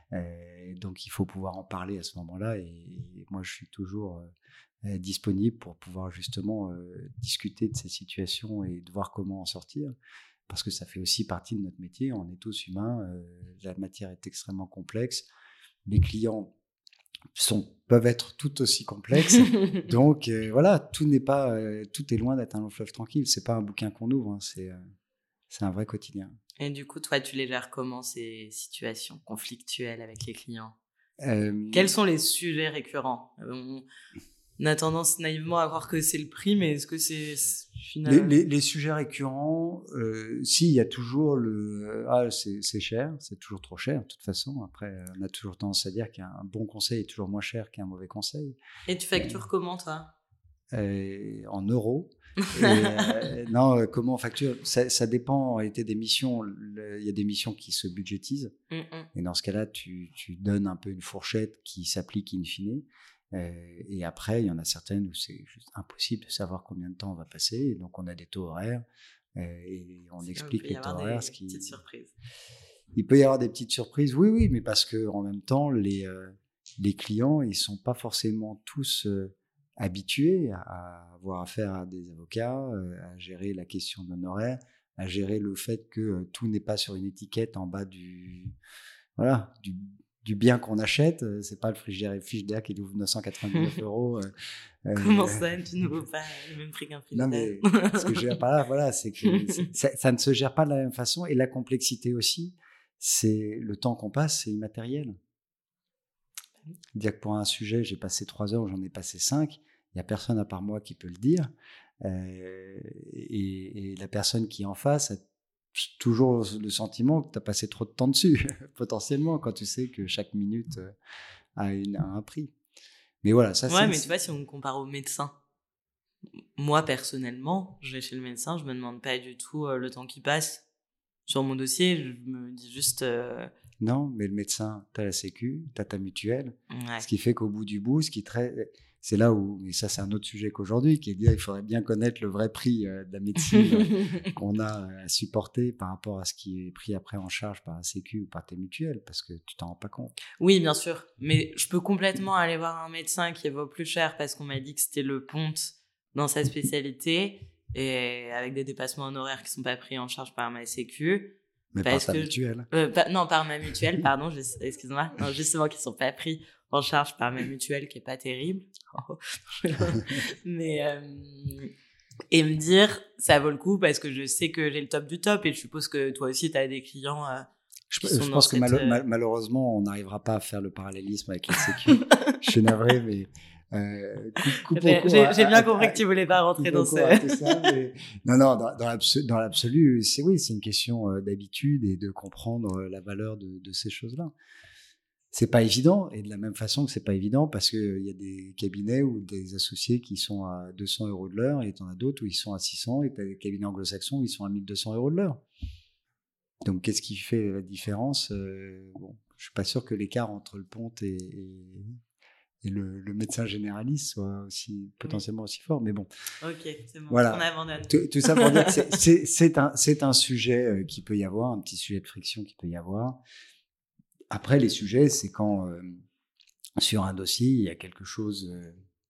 Euh, donc, il faut pouvoir en parler à ce moment-là. Et, et moi, je suis toujours... Euh, disponible pour pouvoir justement euh, discuter de ces situations et de voir comment en sortir, parce que ça fait aussi partie de notre métier, on est tous humains, euh, la matière est extrêmement complexe, les clients sont peuvent être tout aussi complexes. Donc euh, voilà, tout n'est pas, euh, tout est loin d'être un long fleuve tranquille. C'est pas un bouquin qu'on ouvre, hein, c'est, euh, c'est un vrai quotidien. Et du coup, toi, tu les gères comment ces situations conflictuelles avec les clients ? euh, Quels sont les sujets récurrents ? On a tendance naïvement à croire que c'est le prix, mais est-ce que c'est finalement... Les, les, les sujets récurrents, euh, si, il y a toujours le « ah, c'est, c'est cher, c'est toujours trop cher », de toute façon. Après, on a toujours tendance à dire qu'un bon conseil est toujours moins cher qu'un mauvais conseil. Et tu factures euh, comment, toi ? euh, En euros. Et, euh, non, euh, comment on facture ? ça, ça dépend en réalité des missions. Il y a des missions qui se budgétisent. Mm-mm. Et dans ce cas-là, tu, tu donnes un peu une fourchette qui s'applique in fine. Euh, et après, il y en a certaines où c'est juste impossible de savoir combien de temps on va passer. Et donc, on a des taux horaires euh, et on c'est explique les taux horaires. Ce qui... petites surprises. Il peut y avoir des petites surprises, oui, oui, mais parce qu'en même temps, les, euh, les clients, ils ne sont pas forcément tous euh, habitués à, à avoir affaire à des avocats, euh, à gérer la question de l'honoraire, à gérer le fait que euh, tout n'est pas sur une étiquette en bas du... Voilà, du du bien qu'on achète, c'est pas le frigidaire frigidaire qui ouvre neuf cent quatre-vingt-dix-neuf euros. Euh, Comment ça, tu ne vaux pas le même prix qu'un frigidaire ? Non, mais ce que je veux dire par là, voilà, c'est que ça, ça ne se gère pas de la même façon. Et la complexité aussi, c'est le temps qu'on passe, c'est immatériel. Dire que pour un sujet, j'ai passé trois heures, j'en ai passé cinq, il n'y a personne à part moi qui peut le dire. Euh, et, et la personne qui est en face a toujours le sentiment que tu as passé trop de temps dessus, potentiellement, quand tu sais que chaque minute a, une, a un prix. Mais voilà, ça ouais, c'est... Ouais, mais tu vois, si on compare au médecin, moi, personnellement, je vais chez le médecin, je me demande pas du tout euh, le temps qui passe sur mon dossier, je me dis juste... Euh... Non, mais le médecin, tu as la sécu, tu as ta mutuelle, ouais. Ce qui fait qu'au bout du bout, ce qui traite... C'est là où, et ça c'est un autre sujet qu'aujourd'hui, qui est de dire qu'il faudrait bien connaître le vrai prix de la médecine qu'on a à supporter par rapport à ce qui est pris après en charge par la Sécu ou par tes mutuelles, parce que tu t'en rends pas compte. Oui, bien sûr, mais je peux complètement aller voir un médecin qui vaut plus cher parce qu'on m'a dit que c'était le ponte dans sa spécialité et avec des dépassements honoraires qui sont pas pris en charge par ma Sécu. Mais parce par ta que mutuelle. Je... Euh, pas... Non, par ma mutuelle, pardon, je... excuse-moi. Non, justement, qui sont pas pris en charge par ma mutuelle, qui est pas terrible. Mais euh... et me dire, ça vaut le coup parce que je sais que j'ai le top du top et je suppose que toi aussi, tu as des clients. Euh, je, je pense que mal- mal- malheureusement, on n'arrivera pas à faire le parallélisme avec les sécu. Je suis navré, mais. Euh, coup, coup j'ai, coup, j'ai, à, j'ai bien à, compris à, que tu voulais pas rentrer dans ce... ça, mais... Non, non, dans, dans, l'absolu, dans l'absolu, c'est oui, c'est une question euh, d'habitude et de comprendre euh, la valeur de, de ces choses-là. C'est pas évident, et de la même façon que c'est pas évident parce qu'il euh, y a des cabinets ou des associés qui sont à deux cents euros de l'heure et t'en as d'autres où ils sont à six cents et t'as des cabinets anglo-saxons où ils sont à mille deux cents euros de l'heure. Donc, qu'est-ce qui fait la différence ? euh, Bon, je suis pas sûr que l'écart entre le ponte et... et... et le, le médecin généraliste soit aussi potentiellement aussi fort, mais bon. Ok, c'est bon, voilà. On abandonne. Tout, tout ça pour dire que c'est, c'est, c'est, un, c'est un sujet euh, qui peut y avoir, un petit sujet de friction qui peut y avoir. Après, les sujets, c'est quand euh, sur un dossier, il y a quelque chose euh,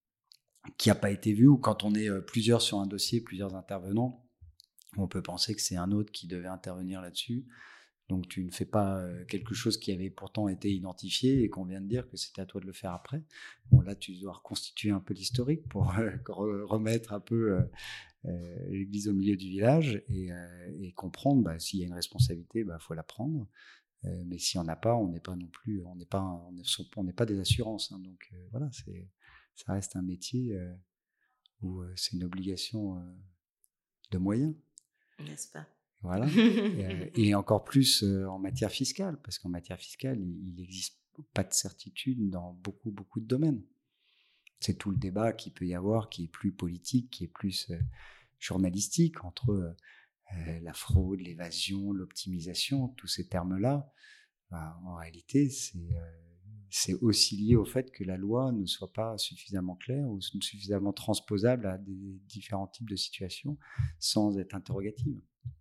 qui n'a pas été vu, ou quand on est euh, plusieurs sur un dossier, plusieurs intervenants, on peut penser que c'est un autre qui devait intervenir là-dessus. Donc, tu ne fais pas quelque chose qui avait pourtant été identifié et qu'on vient de dire que c'était à toi de le faire après. Bon, là, tu dois reconstituer un peu l'historique pour euh, remettre un peu euh, l'église au milieu du village et, euh, et comprendre bah, s'il y a une responsabilité, il bah, faut la prendre. Euh, mais si on n'a pas, on n'est pas non plus, on n'est pas, on n'est, on n'est pas des assurances. Hein, donc euh, voilà, c'est, ça reste un métier euh, où euh, c'est une obligation euh, de moyens. N'est-ce pas ? Voilà. et, et encore plus euh, en matière fiscale, parce qu'en matière fiscale, il n'existe pas de certitude dans beaucoup, beaucoup de domaines. C'est tout le débat qu'il peut y avoir, qui est plus politique, qui est plus euh, journalistique, entre euh, la fraude, l'évasion, l'optimisation, tous ces termes-là. Bah, en réalité, c'est, euh, c'est aussi lié au fait que la loi ne soit pas suffisamment claire ou suffisamment transposable à des différents types de situations sans être interrogative.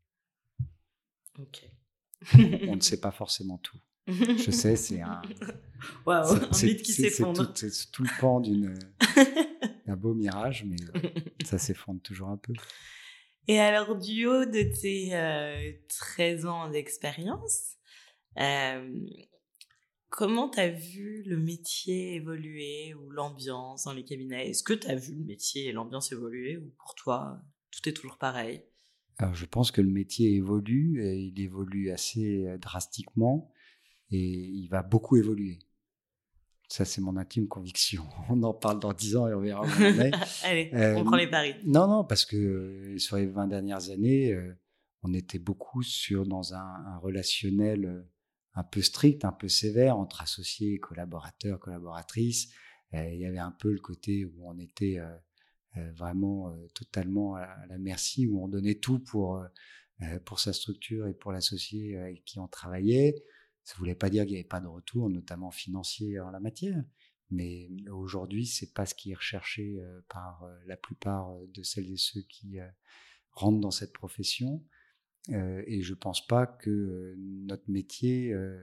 Ok. On ne sait pas forcément tout. Je sais, c'est un... Waouh, wow, un mythe qui c'est, s'effondre. C'est tout, c'est tout le pan d'une, d'un beau mirage, mais euh, ça s'effondre toujours un peu. Et alors, du haut de tes euh, treize ans d'expérience, euh, comment tu as vu le métier évoluer ou l'ambiance dans les cabinets ? Est-ce que tu as vu le métier et l'ambiance évoluer ou pour toi, tout est toujours pareil ? Alors, je pense que le métier évolue, et il évolue assez drastiquement et il va beaucoup évoluer. Ça, c'est mon intime conviction. On en parle dans dix ans et on verra où on en est. Allez, euh, on prend les paris. Non, non, parce que sur les vingt dernières années, euh, on était beaucoup sur, dans un, un relationnel un peu strict, un peu sévère entre associés, collaborateurs, collaboratrices. Euh, il y avait un peu le côté où on était euh, euh, vraiment euh, totalement à, à la merci, où on donnait tout pour, euh, pour sa structure et pour l'associé avec qui on travaillait. Ça ne voulait pas dire qu'il n'y avait pas de retour, notamment financier en la matière. Mais aujourd'hui, ce n'est pas ce qui est recherché euh, par euh, la plupart de celles et ceux qui euh, rentrent dans cette profession. Euh, et je ne pense pas que euh, notre métier euh,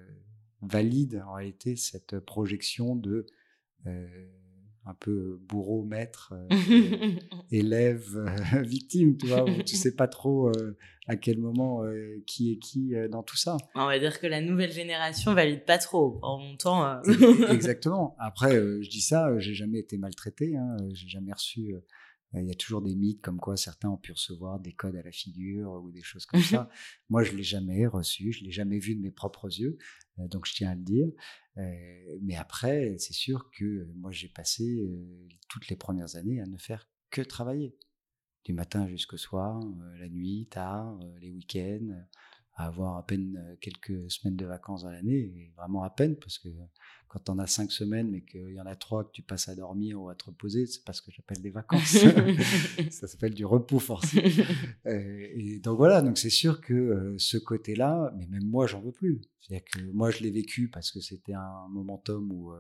valide en réalité cette projection de euh, un peu bourreau, maître, euh, élève, euh, victime, tu vois, où tu ne sais pas trop euh, à quel moment euh, qui est qui euh, dans tout ça. On va dire que la nouvelle génération valide pas trop. En mon temps... Euh... Exactement. Après, euh, je dis ça, j'ai jamais été maltraité, hein, j'ai jamais reçu... Euh, il y a toujours des mythes comme quoi certains ont pu recevoir des codes à la figure ou des choses comme ça. Moi, je ne l'ai jamais reçu, je ne l'ai jamais vu de mes propres yeux, euh, donc je tiens à le dire. Euh, mais après, c'est sûr que moi, j'ai passé euh, toutes les premières années à ne faire que travailler. Du matin jusqu'au soir, euh, la nuit, tard, euh, les week-ends, à avoir à peine quelques semaines de vacances dans l'année, et vraiment à peine, parce que quand on a cinq semaines, mais qu'il y en a trois que tu passes à dormir ou à te reposer, c'est pas ce que j'appelle des vacances. Ça s'appelle du repos forcé. euh, et donc voilà, donc c'est sûr que euh, ce côté-là, mais même moi, j'en veux plus. C'est-à-dire que moi, je l'ai vécu parce que c'était un momentum où,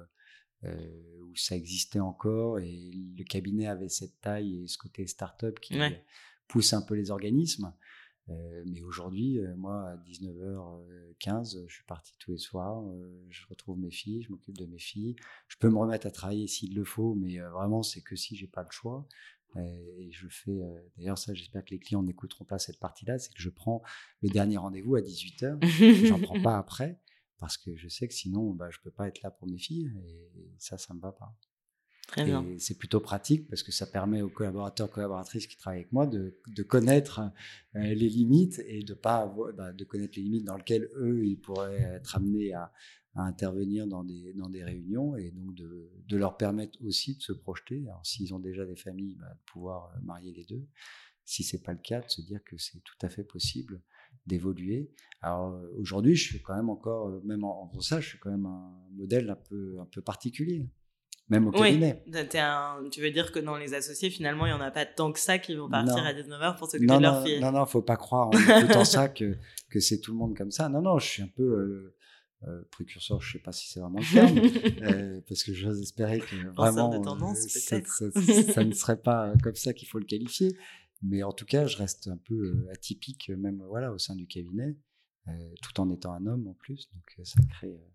euh, où ça existait encore, et le cabinet avait cette taille et ce côté start-up qui ouais. pousse un peu les organismes. Euh, mais aujourd'hui, euh, moi, à dix-neuf heures quinze, je suis parti tous les soirs, euh, je retrouve mes filles, je m'occupe de mes filles. Je peux me remettre à travailler s'il le faut, mais euh, vraiment, c'est que si j'ai pas le choix. Euh, et je fais, euh, d'ailleurs, ça, j'espère que les clients n'écouteront pas cette partie-là, c'est que je prends le dernier rendez-vous à dix-huit heures, j'en prends pas après, parce que je sais que sinon, bah, je peux pas être là pour mes filles, et ça, ça me va pas. Très et bien. C'est plutôt pratique parce que ça permet aux collaborateurs, collaboratrices qui travaillent avec moi de, de connaître euh, les limites et de pas avoir, bah, de connaître les limites dans lesquelles eux ils pourraient être amenés à, à intervenir dans des dans des réunions, et donc de, de leur permettre aussi de se projeter. Alors s'ils ont déjà des familles, bah, de pouvoir marier les deux. Si c'est pas le cas, de se dire que c'est tout à fait possible d'évoluer. Alors aujourd'hui, je suis quand même encore, même en faisant ça, je suis quand même un modèle un peu un peu particulier. Même au cabinet. Oui, un, tu veux dire que dans les associés, finalement, il n'y en a pas tant que ça qui vont partir non. à dix-neuf heures pour s'occuper non, de leur non, fille. Non, non, faut pas croire en écoutant ça que, que c'est tout le monde comme ça. Non, non, je suis un peu euh, euh, précurseur, je sais pas si c'est vraiment le terme, euh, parce que j'ose espérer que vraiment de tendance, euh, peut-être. Ça, ça, ça ne serait pas comme ça qu'il faut le qualifier. Mais en tout cas, je reste un peu euh, atypique, même voilà, au sein du cabinet, euh, tout en étant un homme en plus. Donc ça crée... Euh,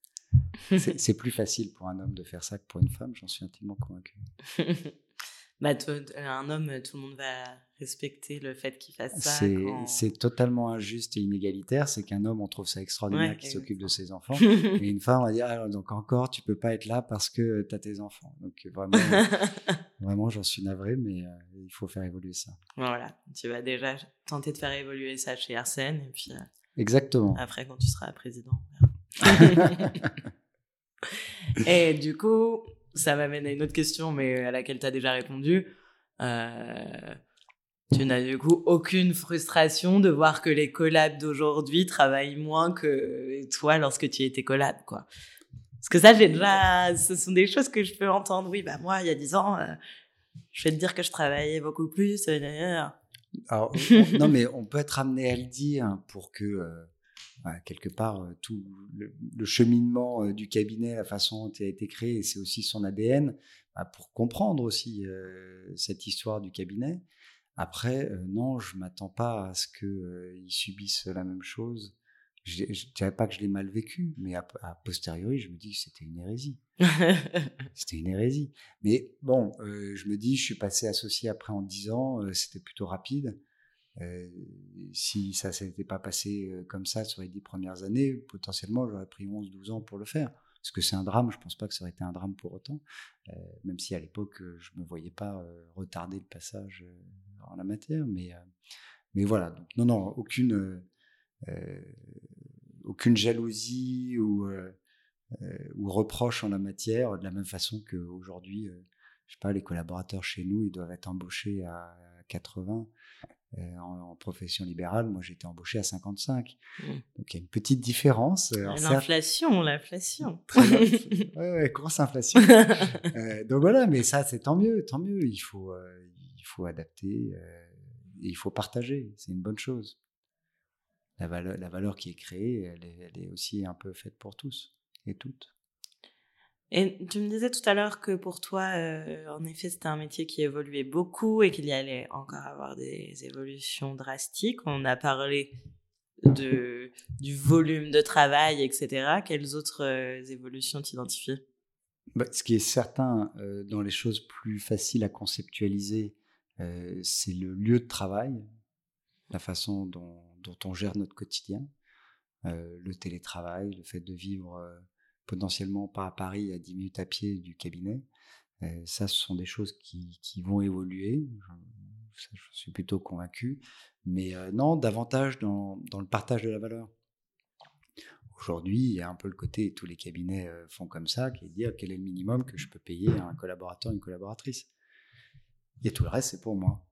C'est, c'est plus facile pour un homme de faire ça que pour une femme, j'en suis intimement convaincu. Bah, un homme, tout le monde va respecter le fait qu'il fasse ça. C'est, quand... c'est totalement injuste et inégalitaire. C'est qu'un homme, on trouve ça extraordinaire ouais, qu'il exactement. s'occupe de ses enfants. Et une femme, on va dire, ah, donc encore, tu peux pas être là parce que tu as tes enfants. Donc vraiment, vraiment, j'en suis navré, mais euh, il faut faire évoluer ça. Voilà, tu vas déjà tenter de faire évoluer ça chez Arsène. Et puis, euh, exactement. Après, quand tu seras président, et du coup, ça m'amène à une autre question, mais à laquelle tu as déjà répondu. Euh, tu n'as du coup aucune frustration de voir que les collabs d'aujourd'hui travaillent moins que toi lorsque tu étais collab, quoi. Parce que ça, j'ai déjà... ce sont des choses que je peux entendre. Oui, bah moi, il y a dix ans, euh, je vais te dire que je travaillais beaucoup plus. Euh, Alors, on, non, mais on peut être amené à le dire pour que... Euh... Bah, quelque part, euh, tout le, le cheminement euh, du cabinet, la façon dont il a été créé, c'est aussi son A D N, bah, pour comprendre aussi euh, cette histoire du cabinet. Après, euh, non, je ne m'attends pas à ce qu'ils euh, subissent la même chose. Je ne dirais pas que je l'ai mal vécu, mais a, a posteriori, je me dis que c'était une hérésie. C'était une hérésie. Mais bon, euh, je me dis, je suis passé associé après en dix ans, euh, c'était plutôt rapide. Euh, si ça ne s'était pas passé euh, comme ça sur les dix premières années, potentiellement j'aurais pris onze douze ans pour le faire. Est-ce que c'est un drame ? Je ne pense pas que ça aurait été un drame pour autant, euh, même si à l'époque, je ne me voyais pas euh, retarder le passage euh, en la matière. Mais, euh, mais voilà, donc, non, non, aucune, euh, aucune jalousie ou, euh, euh, ou reproche en la matière, de la même façon qu'aujourd'hui, euh, je sais pas, les collaborateurs chez nous, ils doivent être embauchés à quatre-vingts. Euh, en, en profession libérale, moi j'ai été embauché à cinquante-cinq. Mmh. Donc il y a une petite différence. Euh, l'inflation, certes, l'inflation. Très ouais, ouais, grosse inflation. euh, donc voilà, mais ça c'est tant mieux, tant mieux. Il faut, euh, il faut adapter, euh, et il faut partager. C'est une bonne chose. La valeur, la valeur qui est créée, elle est, elle est aussi un peu faite pour tous et toutes. Et tu me disais tout à l'heure que pour toi, euh, en effet, c'était un métier qui évoluait beaucoup et qu'il y allait encore avoir des évolutions drastiques. On a parlé de, du volume de travail, et cetera. Quelles autres euh, évolutions t'identifies ? Bah, ce qui est certain, euh, dans les choses plus faciles à conceptualiser, euh, c'est le lieu de travail, la façon dont, dont on gère notre quotidien, euh, le télétravail, le fait de vivre... Euh, potentiellement pas à Paris, à dix minutes à pied du cabinet. Euh, ça, ce sont des choses qui, qui vont évoluer. Je, je suis plutôt convaincu. Mais euh, non, davantage dans, dans le partage de la valeur. Aujourd'hui, il y a un peu le côté, et tous les cabinets euh, font comme ça, qui est de dire quel est le minimum que je peux payer à un collaborateur, une collaboratrice. Et tout le reste, c'est pour moi.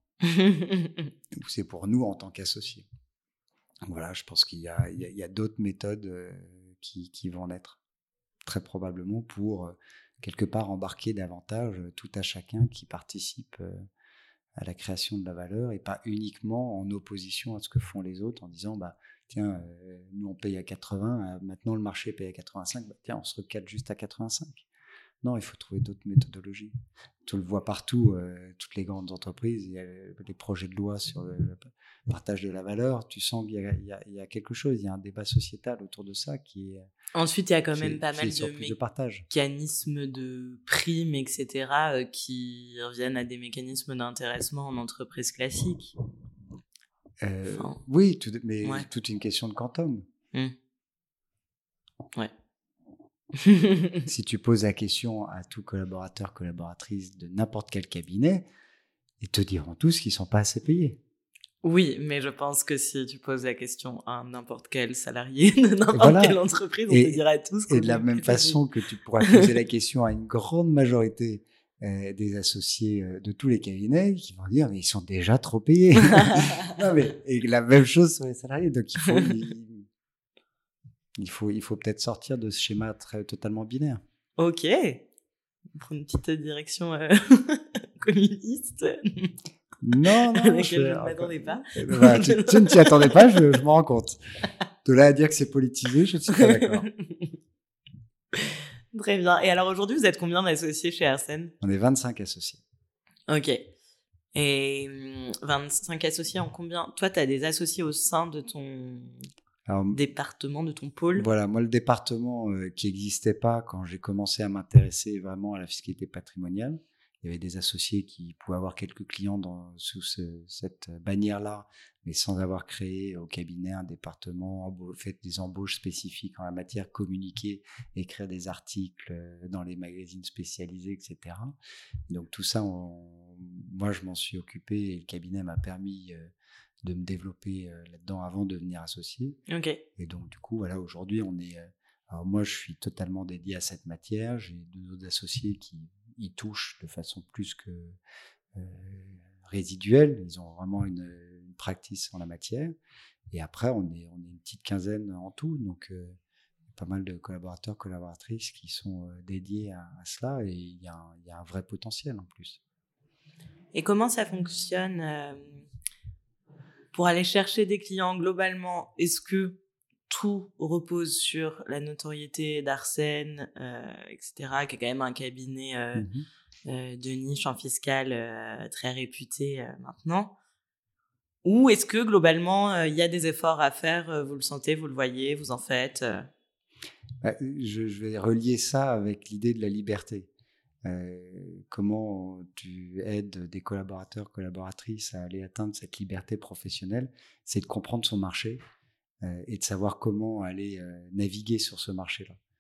Ou c'est pour nous en tant qu'associés. Donc voilà, je pense qu'il y a, il y a, il y a d'autres méthodes euh, qui, qui vont naître. Très probablement pour, euh, quelque part, embarquer davantage euh, tout à chacun qui participe euh, à la création de la valeur et pas uniquement en opposition à ce que font les autres en disant, bah, tiens, euh, nous on paye à quatre-vingts, euh, maintenant le marché paye à quatre-vingt-cinq, bah, tiens, on se recale juste à quatre-vingt-cinq. Non, il faut trouver d'autres méthodologies. Tu le vois partout, euh, toutes les grandes entreprises, il y a les projets de loi sur le, le partage de la valeur, tu sens qu'il y a, il y a, il y a quelque chose, il y a un débat sociétal autour de ça qui est... Ensuite, il y a quand même est, pas mal de mécanismes de primes, et cetera, euh, qui reviennent à des mécanismes d'intéressement en entreprise classique. Euh, enfin, oui, tout, mais ouais. toute une question de quantum. Mmh. Ouais. Si tu poses la question à tout collaborateur, collaboratrice de n'importe quel cabinet, ils te diront tous qu'ils ne sont pas assez payés. Oui, mais je pense que si tu poses la question à n'importe quel salarié de n'importe voilà. quelle entreprise, on et, te dira tous. Et de la même façon que tu pourras poser la question à une grande majorité euh, des associés euh, de tous les cabinets, qui vont dire mais ils sont déjà trop payés. Non, mais, et la même chose sur les salariés. Donc il faut... Il, Il faut, il faut peut-être sortir de ce schéma très, totalement binaire. Ok. On prend une petite direction euh, communiste. Non, non. À laquelle je ne m'attendais pas. Bah, tu, tu ne t'y attendais pas, je, je m'en rends compte. De là à dire que c'est politisé, je ne suis pas d'accord. Très bien. Et alors aujourd'hui, vous êtes combien d'associés chez Arsène ? On est vingt-cinq associés. Ok. Et vingt-cinq associés en combien ? Toi, tu as des associés au sein de ton... Alors, département, de ton pôle ? Voilà, moi le département euh, qui n'existait pas quand j'ai commencé à m'intéresser vraiment à la fiscalité patrimoniale. Il y avait des associés qui pouvaient avoir quelques clients dans, sous ce, cette bannière-là, mais sans avoir créé au cabinet un département, fait des embauches spécifiques en la matière, communiquer, écrire des articles dans les magazines spécialisés, et cetera. Donc tout ça, on, moi je m'en suis occupé et le cabinet m'a permis... Euh, de me développer euh, là-dedans avant de devenir associé. Okay. Et donc, du coup, voilà, aujourd'hui, on est... Euh, alors, moi, je suis totalement dédié à cette matière. J'ai deux autres associés qui y touchent de façon plus que euh, résiduelle. Ils ont vraiment une, une practice en la matière. Et après, on est, on est une petite quinzaine en tout. Donc, euh, pas mal de collaborateurs, collaboratrices qui sont euh, dédiés à, à cela. Et il y, y a un vrai potentiel en plus. Et comment ça fonctionne euh... pour aller chercher des clients globalement? Est-ce que tout repose sur la notoriété d'Arsène, euh, et cetera, qui est quand même un cabinet euh, mm-hmm. euh, de niche en fiscal euh, très réputé euh, maintenant? Ou est-ce que globalement, il euh, y a des efforts à faire, euh, vous le sentez, vous le voyez, vous en faites euh... bah, je, je vais relier ça avec l'idée de la liberté. Euh, comment tu aides des collaborateurs, collaboratrices à aller atteindre cette liberté professionnelle, c'est de comprendre son marché euh, et de savoir comment aller euh, naviguer sur ce marché-là.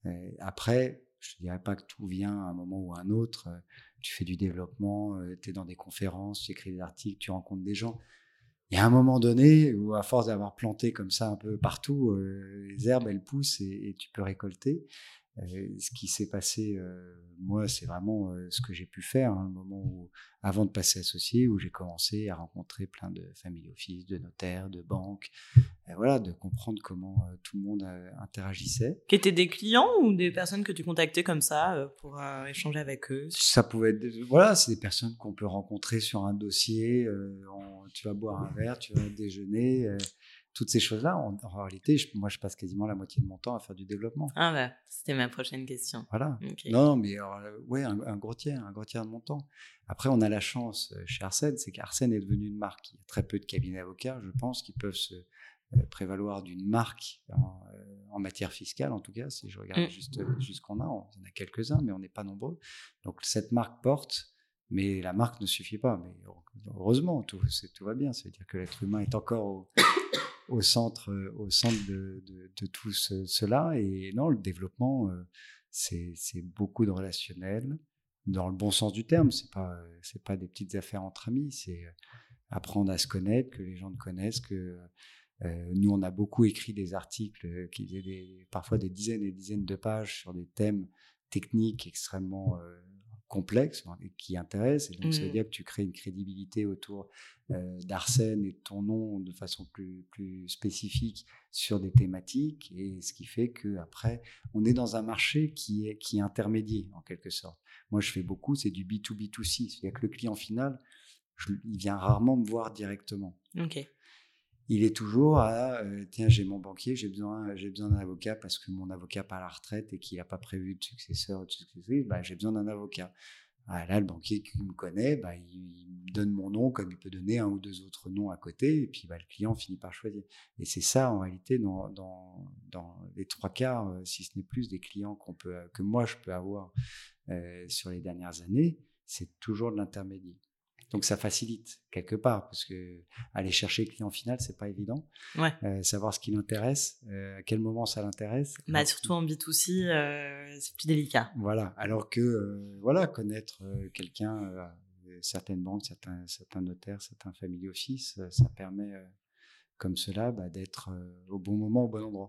Euh, après, je ne dirais pas que tout vient à un moment ou à un autre. Euh, tu fais du développement, euh, tu es dans des conférences, tu écris des articles, tu rencontres des gens. Il y a un moment donné où, à force d'avoir planté comme ça un peu partout, euh, les herbes, elles poussent et, et tu peux récolter. Euh, ce qui s'est passé, euh, moi, c'est vraiment euh, ce que j'ai pu faire, hein, le moment où, avant de passer associé, où j'ai commencé à rencontrer plein de family office, de notaires, de banques, et voilà, de comprendre comment euh, tout le monde euh, interagissait. Qui étaient des clients ou des personnes que tu contactais comme ça euh, pour euh, échanger avec eux? Ça pouvait être, voilà, c'est des personnes qu'on peut rencontrer sur un dossier, euh, en, tu vas boire un verre, tu vas déjeuner, euh, toutes ces choses-là. En, en réalité, je, moi, je passe quasiment la moitié de mon temps à faire du développement. Ah bah, c'était ma prochaine question. Voilà. Okay. Non, mais alors, ouais, un, un gros tiers, un gros tiers de mon temps. Après, on a la chance chez Arsène, c'est qu'Arsène est devenu une marque. Il y a très peu de cabinets avocats, je pense, qui peuvent se euh, prévaloir d'une marque en, euh, en matière fiscale, en tout cas, si je regarde mmh. juste, juste qu'on a, on en a quelques-uns, mais on n'est pas nombreux. Donc, cette marque porte, mais la marque ne suffit pas. Mais heureusement, tout, c'est, tout va bien. C'est-à-dire que l'être humain est encore au, au centre, au centre de, de, de tout ce, cela. Et non, le développement, euh, c'est, c'est beaucoup de relationnel, dans le bon sens du terme. C'est pas, c'est pas des petites affaires entre amis. C'est apprendre à se connaître, que les gens te connaissent, que euh, nous, on a beaucoup écrit des articles qui faisaient des, parfois des dizaines et des dizaines de pages sur des thèmes techniques extrêmement euh, complexes qui intéressent. Et donc, mmh. ça veut dire que tu crées une crédibilité autour euh, d'Arsène et de ton nom de façon plus, plus spécifique sur des thématiques. Et ce qui fait qu'après, on est dans un marché qui est, qui est intermédiaire, en quelque sorte. Moi, je fais beaucoup, c'est du B deux B deux C. C'est-à-dire que le client final, je, il vient rarement me voir directement. Ok. Il est toujours à euh, tiens, j'ai mon banquier, j'ai besoin, j'ai besoin d'un avocat parce que mon avocat part à la retraite et qu'il n'a pas prévu de successeur ou de successeur, bah, j'ai besoin d'un avocat. Ah, là, le banquier qui me connaît, bah, il, il me donne mon nom comme il peut donner un ou deux autres noms à côté et puis bah, le client finit par choisir. Et c'est ça, en réalité, dans, dans, dans les trois quarts, euh, si ce n'est plus, des clients qu'on peut, que moi, je peux avoir euh, sur les dernières années, c'est toujours de l'intermédiaire. Donc, ça facilite quelque part parce que aller chercher le client final, c'est pas évident. Ouais. Euh, savoir ce qui l'intéresse, euh, à quel moment ça l'intéresse. Bah, surtout en B deux C, euh, c'est plus délicat. Voilà. Alors que, euh, voilà, connaître euh, quelqu'un, euh, certaines banques, certains, certains notaires, certains family office, euh, ça permet, euh, comme cela, bah, d'être euh, au bon moment, au bon endroit.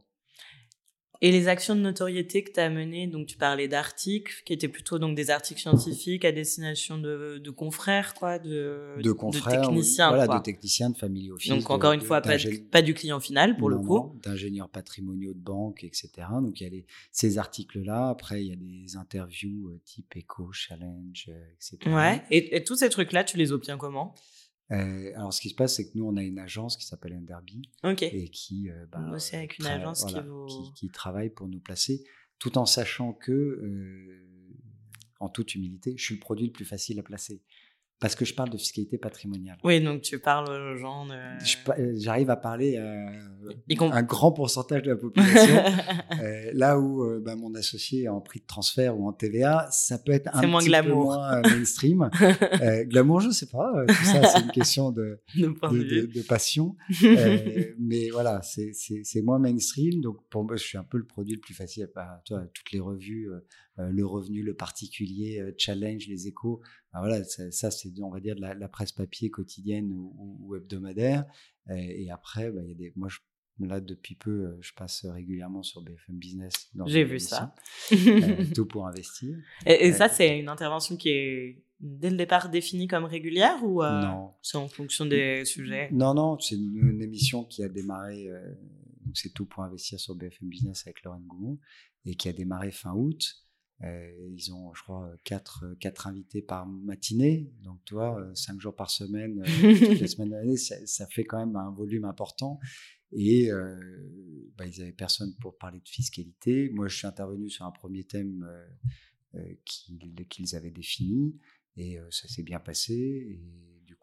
Et les actions de notoriété que tu as menées, donc tu parlais d'articles, qui étaient plutôt donc des articles scientifiques à destination de, de confrères, quoi, de, de, confrères, de techniciens. Voilà, quoi. de techniciens, de family office. Donc encore de, une fois, de, pas, pas du client final pour non, le coup. Non, d'ingénieurs patrimoniaux de banque, et cetera. Donc il y a les, ces articles-là. Après, il y a des interviews euh, type Echo, Challenge, euh, et cetera. Ouais. Et, et tous ces trucs-là, tu les obtiens comment ? Euh, alors, ce qui se passe, c'est que nous, on a une agence qui s'appelle Enderby okay. et qui, euh, bah, Moi, c'est avec une tra- agence voilà, qui, vous... qui, qui travaille pour nous placer, tout en sachant que, euh, en toute humilité, je suis le produit le plus facile à placer. Parce que je parle de fiscalité patrimoniale. Oui, donc tu parles aux gens de... Je, j'arrive à parler à comp- un grand pourcentage de la population. euh, là où euh, bah, mon associé est en prix de transfert ou en T V A, ça peut être un c'est moins petit glamour. peu moins mainstream. euh, glamour, je sais pas. Tout ça, c'est une question de, de, de, de, de passion. euh, mais voilà, c'est, c'est, c'est moins mainstream. Donc pour moi, je suis un peu le produit le plus facile. Bah, toi, toutes les revues, euh, le revenu, le particulier, euh, Challenge, les Échos. Ben voilà, ça, ça, c'est, on va dire, de la, la presse papier quotidienne ou, ou hebdomadaire. Et, et après, ben, il y a des, moi, je, là, depuis peu, je passe régulièrement sur B F M Business. Dans J'ai vu ça. euh, tout pour investir. Et, et euh, ça, c'est une intervention qui est, dès le départ, définie comme régulière ou euh, non. c'est en fonction des sujets ? Non, non, c'est une, une émission qui a démarré, euh, donc c'est tout pour investir sur B F M Business avec Lorraine Goumont, et qui a démarré fin août. Euh, ils ont, je crois, quatre, quatre invités par matinée. Donc, tu vois, cinq jours par semaine, euh, toutes les semaines de l'année, ça, ça fait quand même un volume important. Et euh, bah, ils n'avaient personne pour parler de fiscalité. Moi, je suis intervenu sur un premier thème euh, euh, qu'ils, qu'ils avaient défini. Et euh, ça s'est bien passé. Et du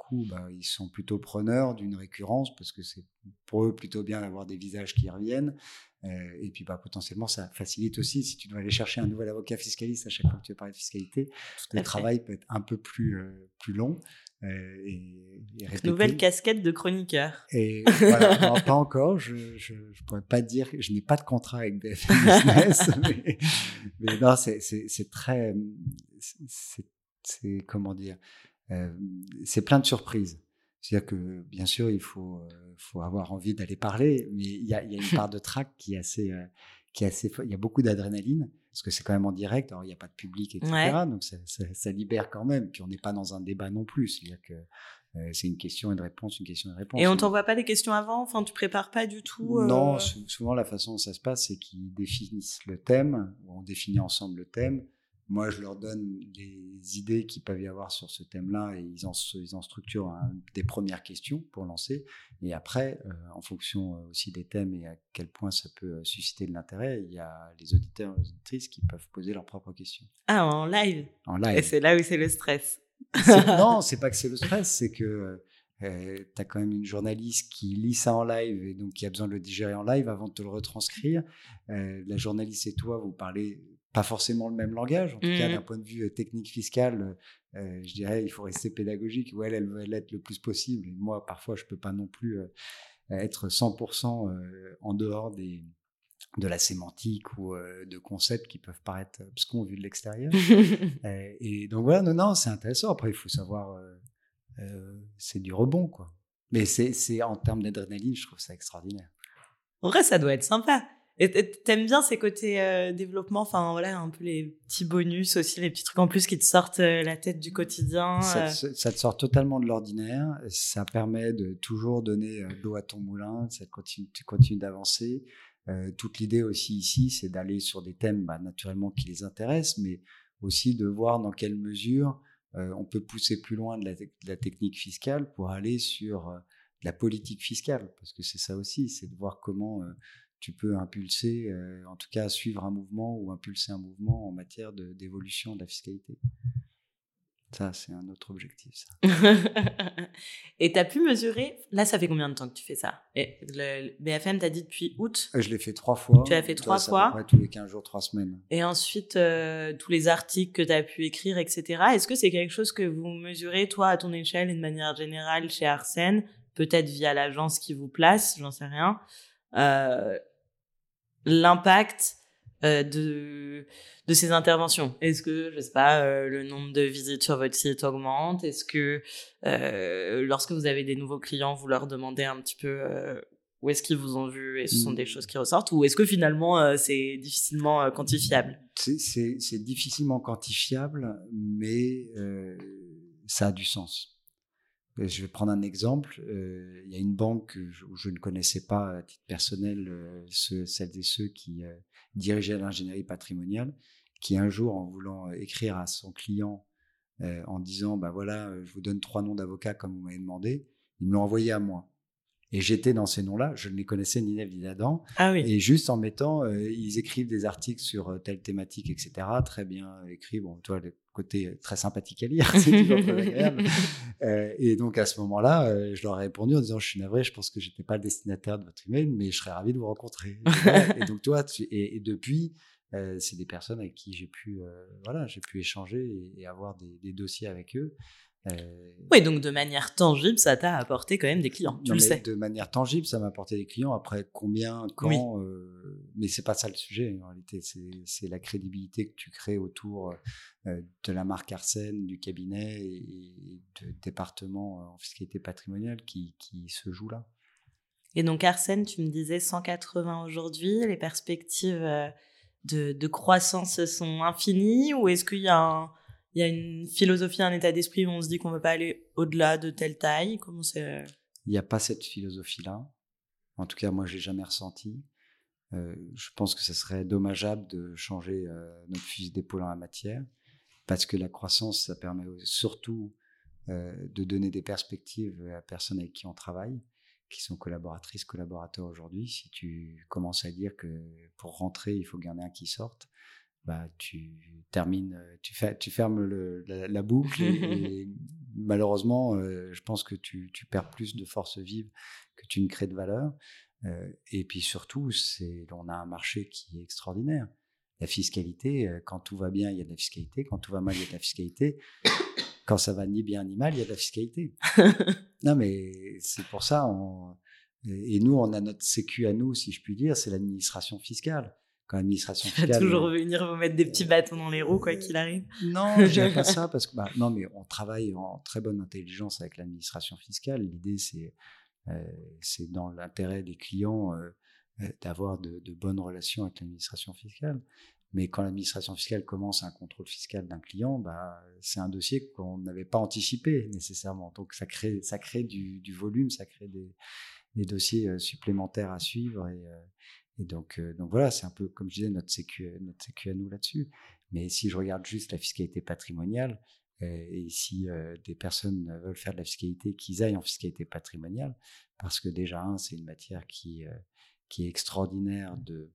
coup, bah, ils sont plutôt preneurs d'une récurrence parce que c'est pour eux plutôt bien d'avoir des visages qui reviennent. Euh, et puis, bah, potentiellement, ça facilite aussi si tu dois aller chercher un nouvel avocat fiscaliste à chaque fois que tu veux parler de fiscalité. Tout le travail peut être un peu plus, euh, plus long. Euh, et, et répété. Nouvelle casquette de chroniqueur. Et voilà, non, pas encore. Je ne pourrais pas dire que je n'ai pas de contrat avec B F M Business, mais, mais non, c'est, c'est, c'est très, c'est, c'est comment dire, euh, c'est plein de surprises. C'est-à-dire que bien sûr, il faut, euh, faut avoir envie d'aller parler, mais il y a, y a une part de trac qui est assez, euh, qui est assez, il y a beaucoup d'adrénaline. Parce que c'est quand même en direct, alors il n'y a pas de public, et cetera. Ouais. Donc ça, ça, ça libère quand même. Puis on n'est pas dans un débat non plus. C'est-à-dire que euh, c'est une question et de réponse, une question et de réponse. Et on t'envoie pas des questions avant? Enfin, tu prépares pas du tout euh... Non, souvent la façon dont ça se passe, c'est qu'ils définissent le thème, ou on définit ensemble le thème. Moi, je leur donne les idées qu'il peut y avoir sur ce thème-là et ils en, ils en structurent hein, des premières questions pour lancer. Et après, euh, en fonction aussi des thèmes et à quel point ça peut susciter de l'intérêt, il y a les auditeurs et les auditrices qui peuvent poser leurs propres questions. Ah, en live? En live. Et c'est là où c'est le stress. C'est, non, c'est pas que c'est le stress, c'est que euh, tu as quand même une journaliste qui lit ça en live et donc qui a besoin de le digérer en live avant de te le retranscrire. Euh, la journaliste et toi, vous parlez pas forcément le même langage, en tout mmh. cas d'un point de vue technique fiscal, euh, je dirais il faut rester pédagogique, ou elle, elle veut l'être le plus possible. Et moi, parfois, je peux pas non plus euh, être cent pour cent euh, en dehors des, de la sémantique ou euh, de concepts qui peuvent paraître abscons vu de l'extérieur. euh, et donc voilà, non, non, c'est intéressant. Après, il faut savoir, euh, euh, c'est du rebond, quoi. Mais c'est, c'est en termes d'adrénaline, je trouve ça extraordinaire. En vrai, ça doit être sympa. Et t'aimes bien ces côtés euh, développement, enfin voilà, un peu les petits bonus aussi, les petits trucs en plus qui te sortent euh, la tête du quotidien. Ça, euh... te, ça te sort totalement de l'ordinaire, ça permet de toujours donner euh, l'eau à ton moulin, ça continue, tu continues d'avancer. Euh, toute l'idée aussi ici, c'est d'aller sur des thèmes bah, naturellement qui les intéressent, mais aussi de voir dans quelle mesure euh, on peut pousser plus loin de la, de la technique fiscale pour aller sur euh, la politique fiscale, parce que c'est ça aussi, c'est de voir comment euh, tu peux impulser, euh, en tout cas suivre un mouvement ou impulser un mouvement en matière de, d'évolution de la fiscalité. Ça, c'est un autre objectif, ça. Et tu as pu mesurer, là, ça fait combien de temps que tu fais ça? Et le B F M, tu as dit depuis août? Je l'ai fait trois fois. Tu l'as fait trois ça, fois? À peu près tous les quinze jours, trois semaines. Et ensuite, euh, tous les articles que tu as pu écrire, et cetera. Est-ce que c'est quelque chose que vous mesurez, toi, à ton échelle et de manière générale chez Arsène? Peut-être via l'agence qui vous place, j'en sais rien. Euh, l'impact euh, de de ces interventions. Est-ce que, je sais pas, euh, le nombre de visites sur votre site augmente? Est-ce que euh, lorsque vous avez des nouveaux clients, vous leur demandez un petit peu euh, où est-ce qu'ils vous ont vu et ce sont des choses qui ressortent, ou est-ce que finalement euh, c'est difficilement euh, quantifiable? c'est, c'est, c'est difficilement quantifiable, mais euh, ça a du sens. Je vais prendre un exemple. Euh, il y a une banque où je ne connaissais pas à titre personnel euh, ceux, celles et ceux qui euh, dirigeaient l'ingénierie patrimoniale, qui un jour, en voulant écrire à son client euh, en disant bah voilà, je vous donne trois noms d'avocats comme vous m'avez demandé, ils me l'ont envoyé à moi. Et j'étais dans ces noms-là, je ne les connaissais ni Neve ni Adam. Ah oui. Et juste en mettant, euh, ils écrivent des articles sur telle thématique, et cetera. Très bien écrit. Bon, toi, le côté très sympathique à lire, c'est toujours très agréable. Euh, et donc, à ce moment-là, euh, je leur ai répondu en disant, je suis navré, je pense que je n'étais pas le destinataire de votre email, mais je serais ravi de vous rencontrer. Et, voilà. Et donc, toi, tu, et, et depuis, euh, c'est des personnes avec qui j'ai pu, euh, voilà, j'ai pu échanger et, et avoir des, des dossiers avec eux. Euh... Oui, donc de manière tangible, ça t'a apporté quand même des clients, tu non, le mais sais. De manière tangible, ça m'a apporté des clients. Après, combien, quand, oui. euh, mais c'est pas ça le sujet en réalité. C'est, c'est la crédibilité que tu crées autour euh, de la marque Arsène, du cabinet et, et de département en fiscalité patrimoniale qui, qui se joue là. Et donc Arsène, tu me disais cent quatre-vingts aujourd'hui. Les perspectives de, de croissance sont infinies, ou est-ce qu'il y a un Il y a une philosophie, un état d'esprit où on se dit qu'on ne veut pas aller au-delà de telle taille? Comment c'est... Il n'y a pas cette philosophie-là. En tout cas, moi, je ne l'ai jamais ressenti. Euh, je pense que ce serait dommageable de changer euh, notre fusil d'épaule en la matière, parce que la croissance, ça permet surtout euh, de donner des perspectives à la personne avec qui on travaille, qui sont collaboratrices, collaborateurs aujourd'hui. Si tu commences à dire que pour rentrer, il faut qu'il y en ait un qui sorte, bah, tu termines, tu, fais, tu fermes le, la, la boucle et, et malheureusement, euh, je pense que tu, tu perds plus de force vive que tu ne crées de valeur. Euh, et puis surtout, c'est, on a un marché qui est extraordinaire. La fiscalité, euh, quand tout va bien, il y a de la fiscalité. Quand tout va mal, il y a de la fiscalité. Quand ça va ni bien ni mal, il y a de la fiscalité. Non, mais c'est pour ça. On... Et nous, on a notre sécu à nous, si je puis dire, c'est l'administration fiscale. Quand l'administration tu vas fiscale, toujours venir vous mettre des petits bâtons dans les roues, quoi qu'il arrive. Non, je dirais pas ça, parce que bah, non, mais on travaille en très bonne intelligence avec l'administration fiscale. L'idée, c'est euh, c'est dans l'intérêt des clients euh, d'avoir de, de bonnes relations avec l'administration fiscale. Mais quand l'administration fiscale commence un contrôle fiscal d'un client, bah, c'est un dossier qu'on n'avait pas anticipé nécessairement. Donc ça crée, ça crée du, du volume, ça crée des, des dossiers supplémentaires à suivre. Et, et donc, donc voilà, c'est un peu, comme je disais, notre sécu, notre sécu à nous là-dessus. Mais si je regarde juste la fiscalité patrimoniale, et si euh, des personnes veulent faire de la fiscalité, qu'ils aillent en fiscalité patrimoniale, parce que déjà, un, c'est une matière qui, euh, qui est extraordinaire de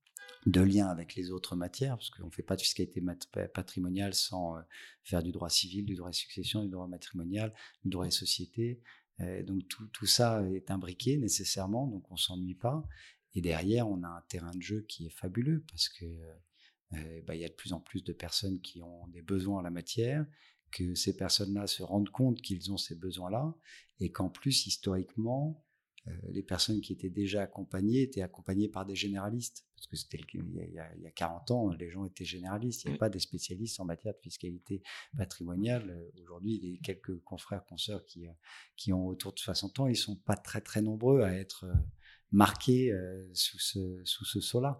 de lien avec les autres matières, parce qu'on ne fait pas de fiscalité mat- patrimoniale sans euh, faire du droit civil, du droit de succession, du droit matrimonial, du droit des sociétés. Euh, donc tout, tout ça est imbriqué nécessairement, donc on ne s'ennuie pas. Et derrière, on a un terrain de jeu qui est fabuleux, parce que euh, bah, y a de plus en plus de personnes qui ont des besoins en la matière, que ces personnes-là se rendent compte qu'ils ont ces besoins-là, et qu'en plus, historiquement, euh, les personnes qui étaient déjà accompagnées étaient accompagnées par des généralistes. Parce que c'était le, il, y a, il y a quarante ans, les gens étaient généralistes. Il n'y avait pas des spécialistes en matière de fiscalité patrimoniale. Aujourd'hui, les quelques confrères, consoeurs qui, qui ont autour de soixante ans, ils ne sont pas très, très nombreux à être marqués sous ce, sous ce sceau-là.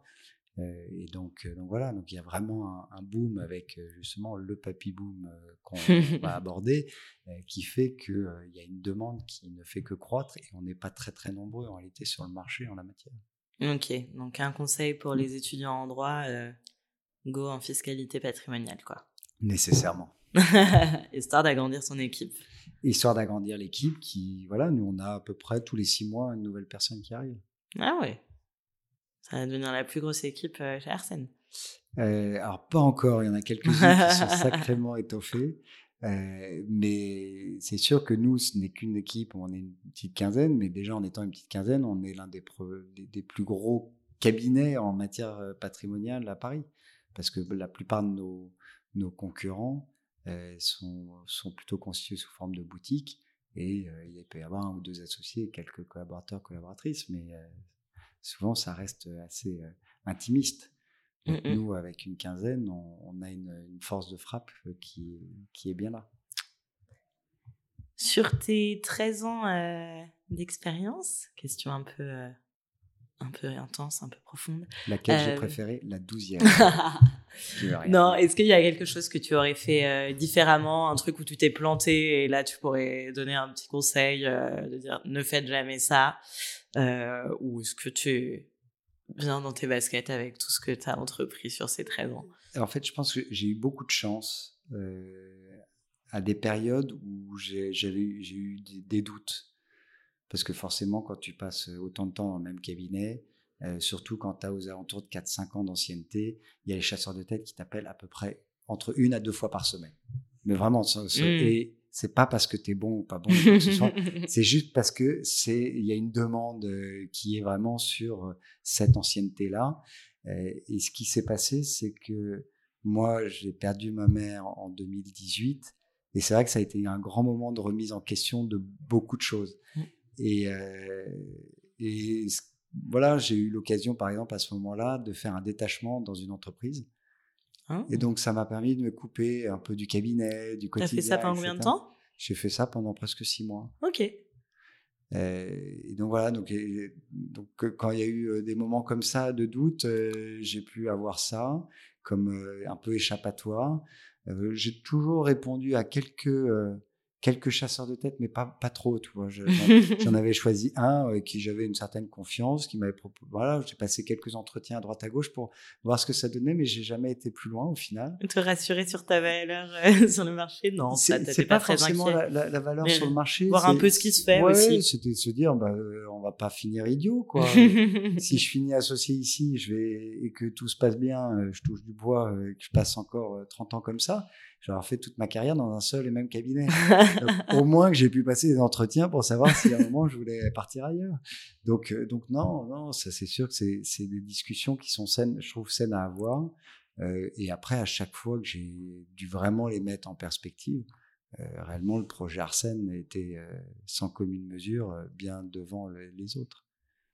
Et donc, donc voilà, donc il y a vraiment un, un boom avec justement le papy boom qu'on va aborder, qui fait qu'il euh, y a une demande qui ne fait que croître et on n'est pas très très nombreux en réalité sur le marché en la matière. Ok, donc un conseil pour les étudiants en droit, euh, go en fiscalité patrimoniale, quoi. Nécessairement. Histoire d'agrandir son équipe. Histoire d'agrandir l'équipe qui, voilà, nous on a à peu près tous les six mois une nouvelle personne qui arrive. Ah ouais. Ça va devenir la plus grosse équipe euh, chez Arsène. Euh, alors pas encore, il y en a quelques-unes qui sont sacrément étoffées. Euh, mais c'est sûr que nous, ce n'est qu'une équipe, on est une petite quinzaine, mais déjà en étant une petite quinzaine, on est l'un des, pre, des, des plus gros cabinets en matière patrimoniale à Paris. Parce que la plupart de nos, nos concurrents euh, sont, sont plutôt constitués sous forme de boutique, et euh, il peut y avoir un ou deux associés, quelques collaborateurs, collaboratrices, mais euh, souvent ça reste assez euh, intimiste. Donc mmh. Nous, avec une quinzaine, on, on a une, une force de frappe qui, qui est bien là. Sur tes treize ans euh, d'expérience, question un peu, euh, un peu intense, un peu profonde. Laquelle euh... j'ai préférée? La douzième. Non, est-ce qu'il y a quelque chose que tu aurais fait euh, différemment, un truc où tu t'es planté et là tu pourrais donner un petit conseil, euh, de dire ne faites jamais ça, euh, ou est-ce que tu... bien dans tes baskets avec tout ce que tu as entrepris sur ces treize ans? En fait, je pense que j'ai eu beaucoup de chance euh, à des périodes où j'ai, j'ai, eu, j'ai eu des, des doutes. Parce que forcément, quand tu passes autant de temps dans le même cabinet, euh, surtout quand tu as aux alentours de quatre à cinq ans d'ancienneté, il y a les chasseurs de tête qui t'appellent à peu près entre une à deux fois par semaine. Mais vraiment, ça, ça, mmh. et c'est pas parce que t'es bon ou pas bon, quoi que ce soit. C'est juste parce que c'est, il y a une demande qui est vraiment sur cette ancienneté-là. Et ce qui s'est passé, c'est que moi, j'ai perdu ma mère en deux mille dix-huit. Et c'est vrai que ça a été un grand moment de remise en question de beaucoup de choses. Mmh. Et, euh, et voilà, j'ai eu l'occasion, par exemple, à ce moment-là, de faire un détachement dans une entreprise. Oh. Et donc, ça m'a permis de me couper un peu du cabinet, du quotidien. T'as fait ça pendant combien de temps? J'ai fait ça pendant presque six mois. Ok. Et donc voilà, donc, et, donc quand il y a eu des moments comme ça de doute, euh, j'ai pu avoir ça comme euh, un peu échappatoire. Euh, j'ai toujours répondu à quelques euh, quelques chasseurs de tête, mais pas pas trop, tu vois. Je, j'en, j'en avais choisi un avec qui j'avais une certaine confiance, qui m'avait proposé. Voilà, j'ai passé quelques entretiens à droite à gauche pour voir ce que ça donnait, mais j'ai jamais été plus loin au final. Te rassurer sur ta valeur euh, sur le marché, non, c'est, ça, c'est pas, pas forcément la, la, la valeur mais sur le marché. Voir c'est, un peu ce qui se fait ouais, aussi. C'était de se dire, bah, euh, on va pas finir idiot, quoi. Si je finis associé ici, je vais et que tout se passe bien, euh, je touche du bois, euh, que je passe encore euh, trente ans comme ça. J'aurais fait toute ma carrière dans un seul et même cabinet. Donc, au moins que j'ai pu passer des entretiens pour savoir si à un moment je voulais partir ailleurs. Donc, euh, donc non, non, ça c'est sûr que c'est, c'est des discussions qui sont saines, je trouve saines à avoir. Euh, et après, à chaque fois que j'ai dû vraiment les mettre en perspective, euh, réellement le projet Arsène était euh, sans commune mesure euh, bien devant le, les autres.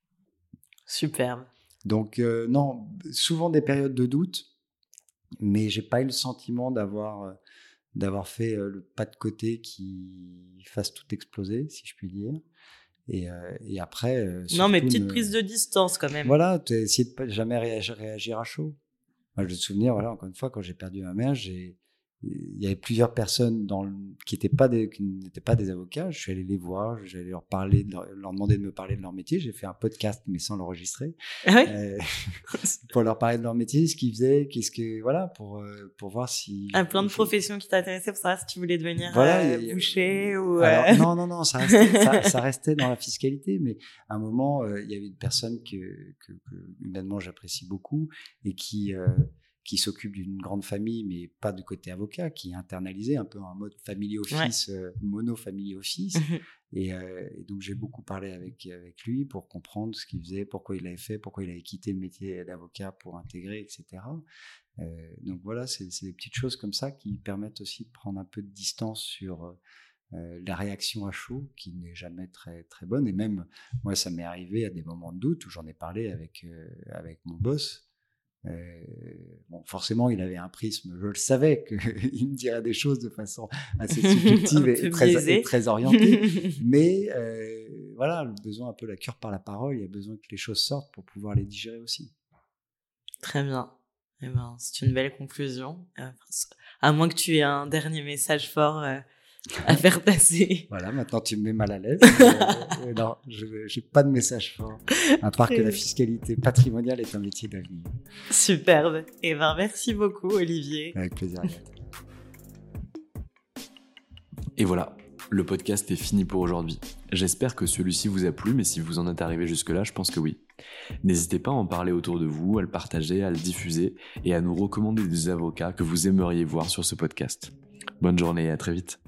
Superbe. Donc euh, non, souvent des périodes de doute, mais j'ai pas eu le sentiment d'avoir euh, d'avoir fait euh, le pas de côté qui fasse tout exploser, si je puis dire. Et, euh, et après, euh, non, mais petite ne... prise de distance quand même. Voilà, essayer de pas jamais réagir, réagir à chaud. Moi, je me souviens, voilà, encore une fois, quand j'ai perdu ma mère, j'ai il y avait plusieurs personnes dans le, qui n'étaient pas des qui n'étaient pas des avocats. Je suis allé les voir, j'allais leur parler, de leur, leur demander de me parler de leur métier. J'ai fait un podcast, mais sans l'enregistrer, ah oui euh, pour leur parler de leur métier, ce qu'ils faisaient, qu'est-ce que voilà, pour pour voir si un plan de profession qui t'intéressait pour savoir si tu voulais devenir voilà, euh, et, boucher ou. Alors, euh... non non non, ça restait, ça, ça restait dans la fiscalité, mais à un moment, euh, il y avait une personne que, que, que humainement j'apprécie beaucoup et qui euh, qui s'occupe d'une grande famille, mais pas du côté avocat, qui est internalisé un peu en mode family office, ouais. euh, mono family office. et, euh, et donc, j'ai beaucoup parlé avec, avec lui pour comprendre ce qu'il faisait, pourquoi il l'avait fait, pourquoi il avait quitté le métier d'avocat pour intégrer, et cetera. Euh, donc voilà, c'est, c'est des petites choses comme ça qui permettent aussi de prendre un peu de distance sur euh, la réaction à chaud, qui n'est jamais très, très bonne. Et même, moi, ça m'est arrivé à des moments de doute où j'en ai parlé avec, euh, avec mon boss. Euh, bon, forcément, il avait un prisme. Je le savais qu'il me dirait des choses de façon assez subjective et, très, et très orientée. Mais euh, voilà, le besoin un peu la cure par la parole. Il y a besoin que les choses sortent pour pouvoir les digérer aussi. Très bien. Eh ben, c'est une belle conclusion. Euh, à moins que tu aies un dernier message fort euh, à faire passer. Voilà, maintenant tu me mets mal à l'aise. euh, non, je n'ai pas de message fort, à part que la fiscalité patrimoniale est un métier d'avenir. Superbe. Eh ben, merci beaucoup, Olivier. Avec plaisir. Et voilà, le podcast est fini pour aujourd'hui. J'espère que celui-ci vous a plu, mais si vous en êtes arrivé jusque-là, je pense que oui. N'hésitez pas à en parler autour de vous, à le partager, à le diffuser et à nous recommander des avocats que vous aimeriez voir sur ce podcast. Bonne journée et à très vite.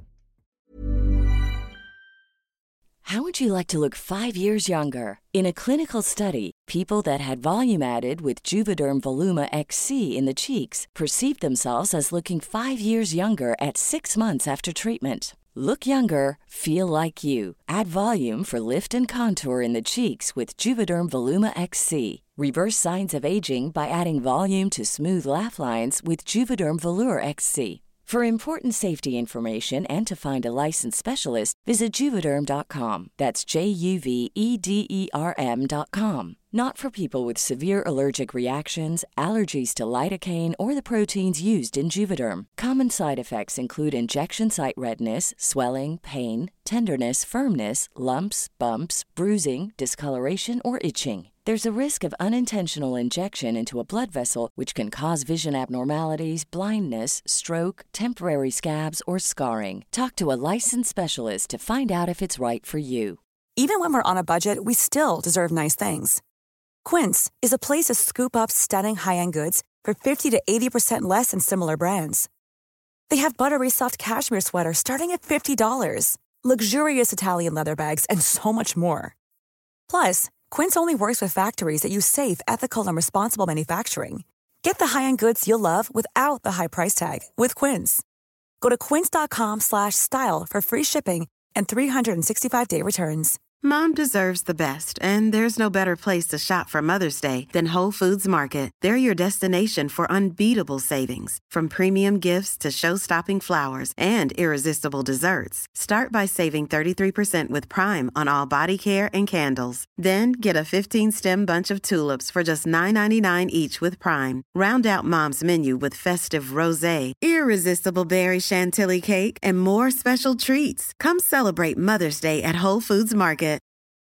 How would you like to look five years younger? In a clinical study, people that had volume added with Juvederm Voluma X C in the cheeks perceived themselves as looking five years younger at six months after treatment. Look younger, feel like you. Add volume for lift and contour in the cheeks with Juvederm Voluma X C. Reverse signs of aging by adding volume to smooth laugh lines with Juvederm Volure X C. For important safety information and to find a licensed specialist, visit Juvederm dot com. That's J U V E D E R M dot com. Not for people with severe allergic reactions, allergies to lidocaine, or the proteins used in Juvederm. Common side effects include injection site redness, swelling, pain, tenderness, firmness, lumps, bumps, bruising, discoloration, or itching. There's a risk of unintentional injection into a blood vessel, which can cause vision abnormalities, blindness, stroke, temporary scabs, or scarring. Talk to a licensed specialist to find out if it's right for you. Even when we're on a budget, we still deserve nice things. Quince is a place to scoop up stunning high-end goods for fifty to eighty percent less than similar brands. They have buttery soft cashmere sweaters starting at fifty dollars, luxurious Italian leather bags, and so much more. Plus, Quince only works with factories that use safe, ethical, and responsible manufacturing. Get the high-end goods you'll love without the high price tag with Quince. Go to quince dot com slash style for free shipping and three sixty-five day returns. Mom deserves the best, and there's no better place to shop for Mother's Day than Whole Foods Market. They're your destination for unbeatable savings, from premium gifts to show-stopping flowers and irresistible desserts. Start by saving thirty-three percent with Prime on all body care and candles. Then get a fifteen-stem bunch of tulips for just nine ninety-nine each with Prime. Round out Mom's menu with festive rosé, irresistible berry chantilly cake, and more special treats. Come celebrate Mother's Day at Whole Foods Market.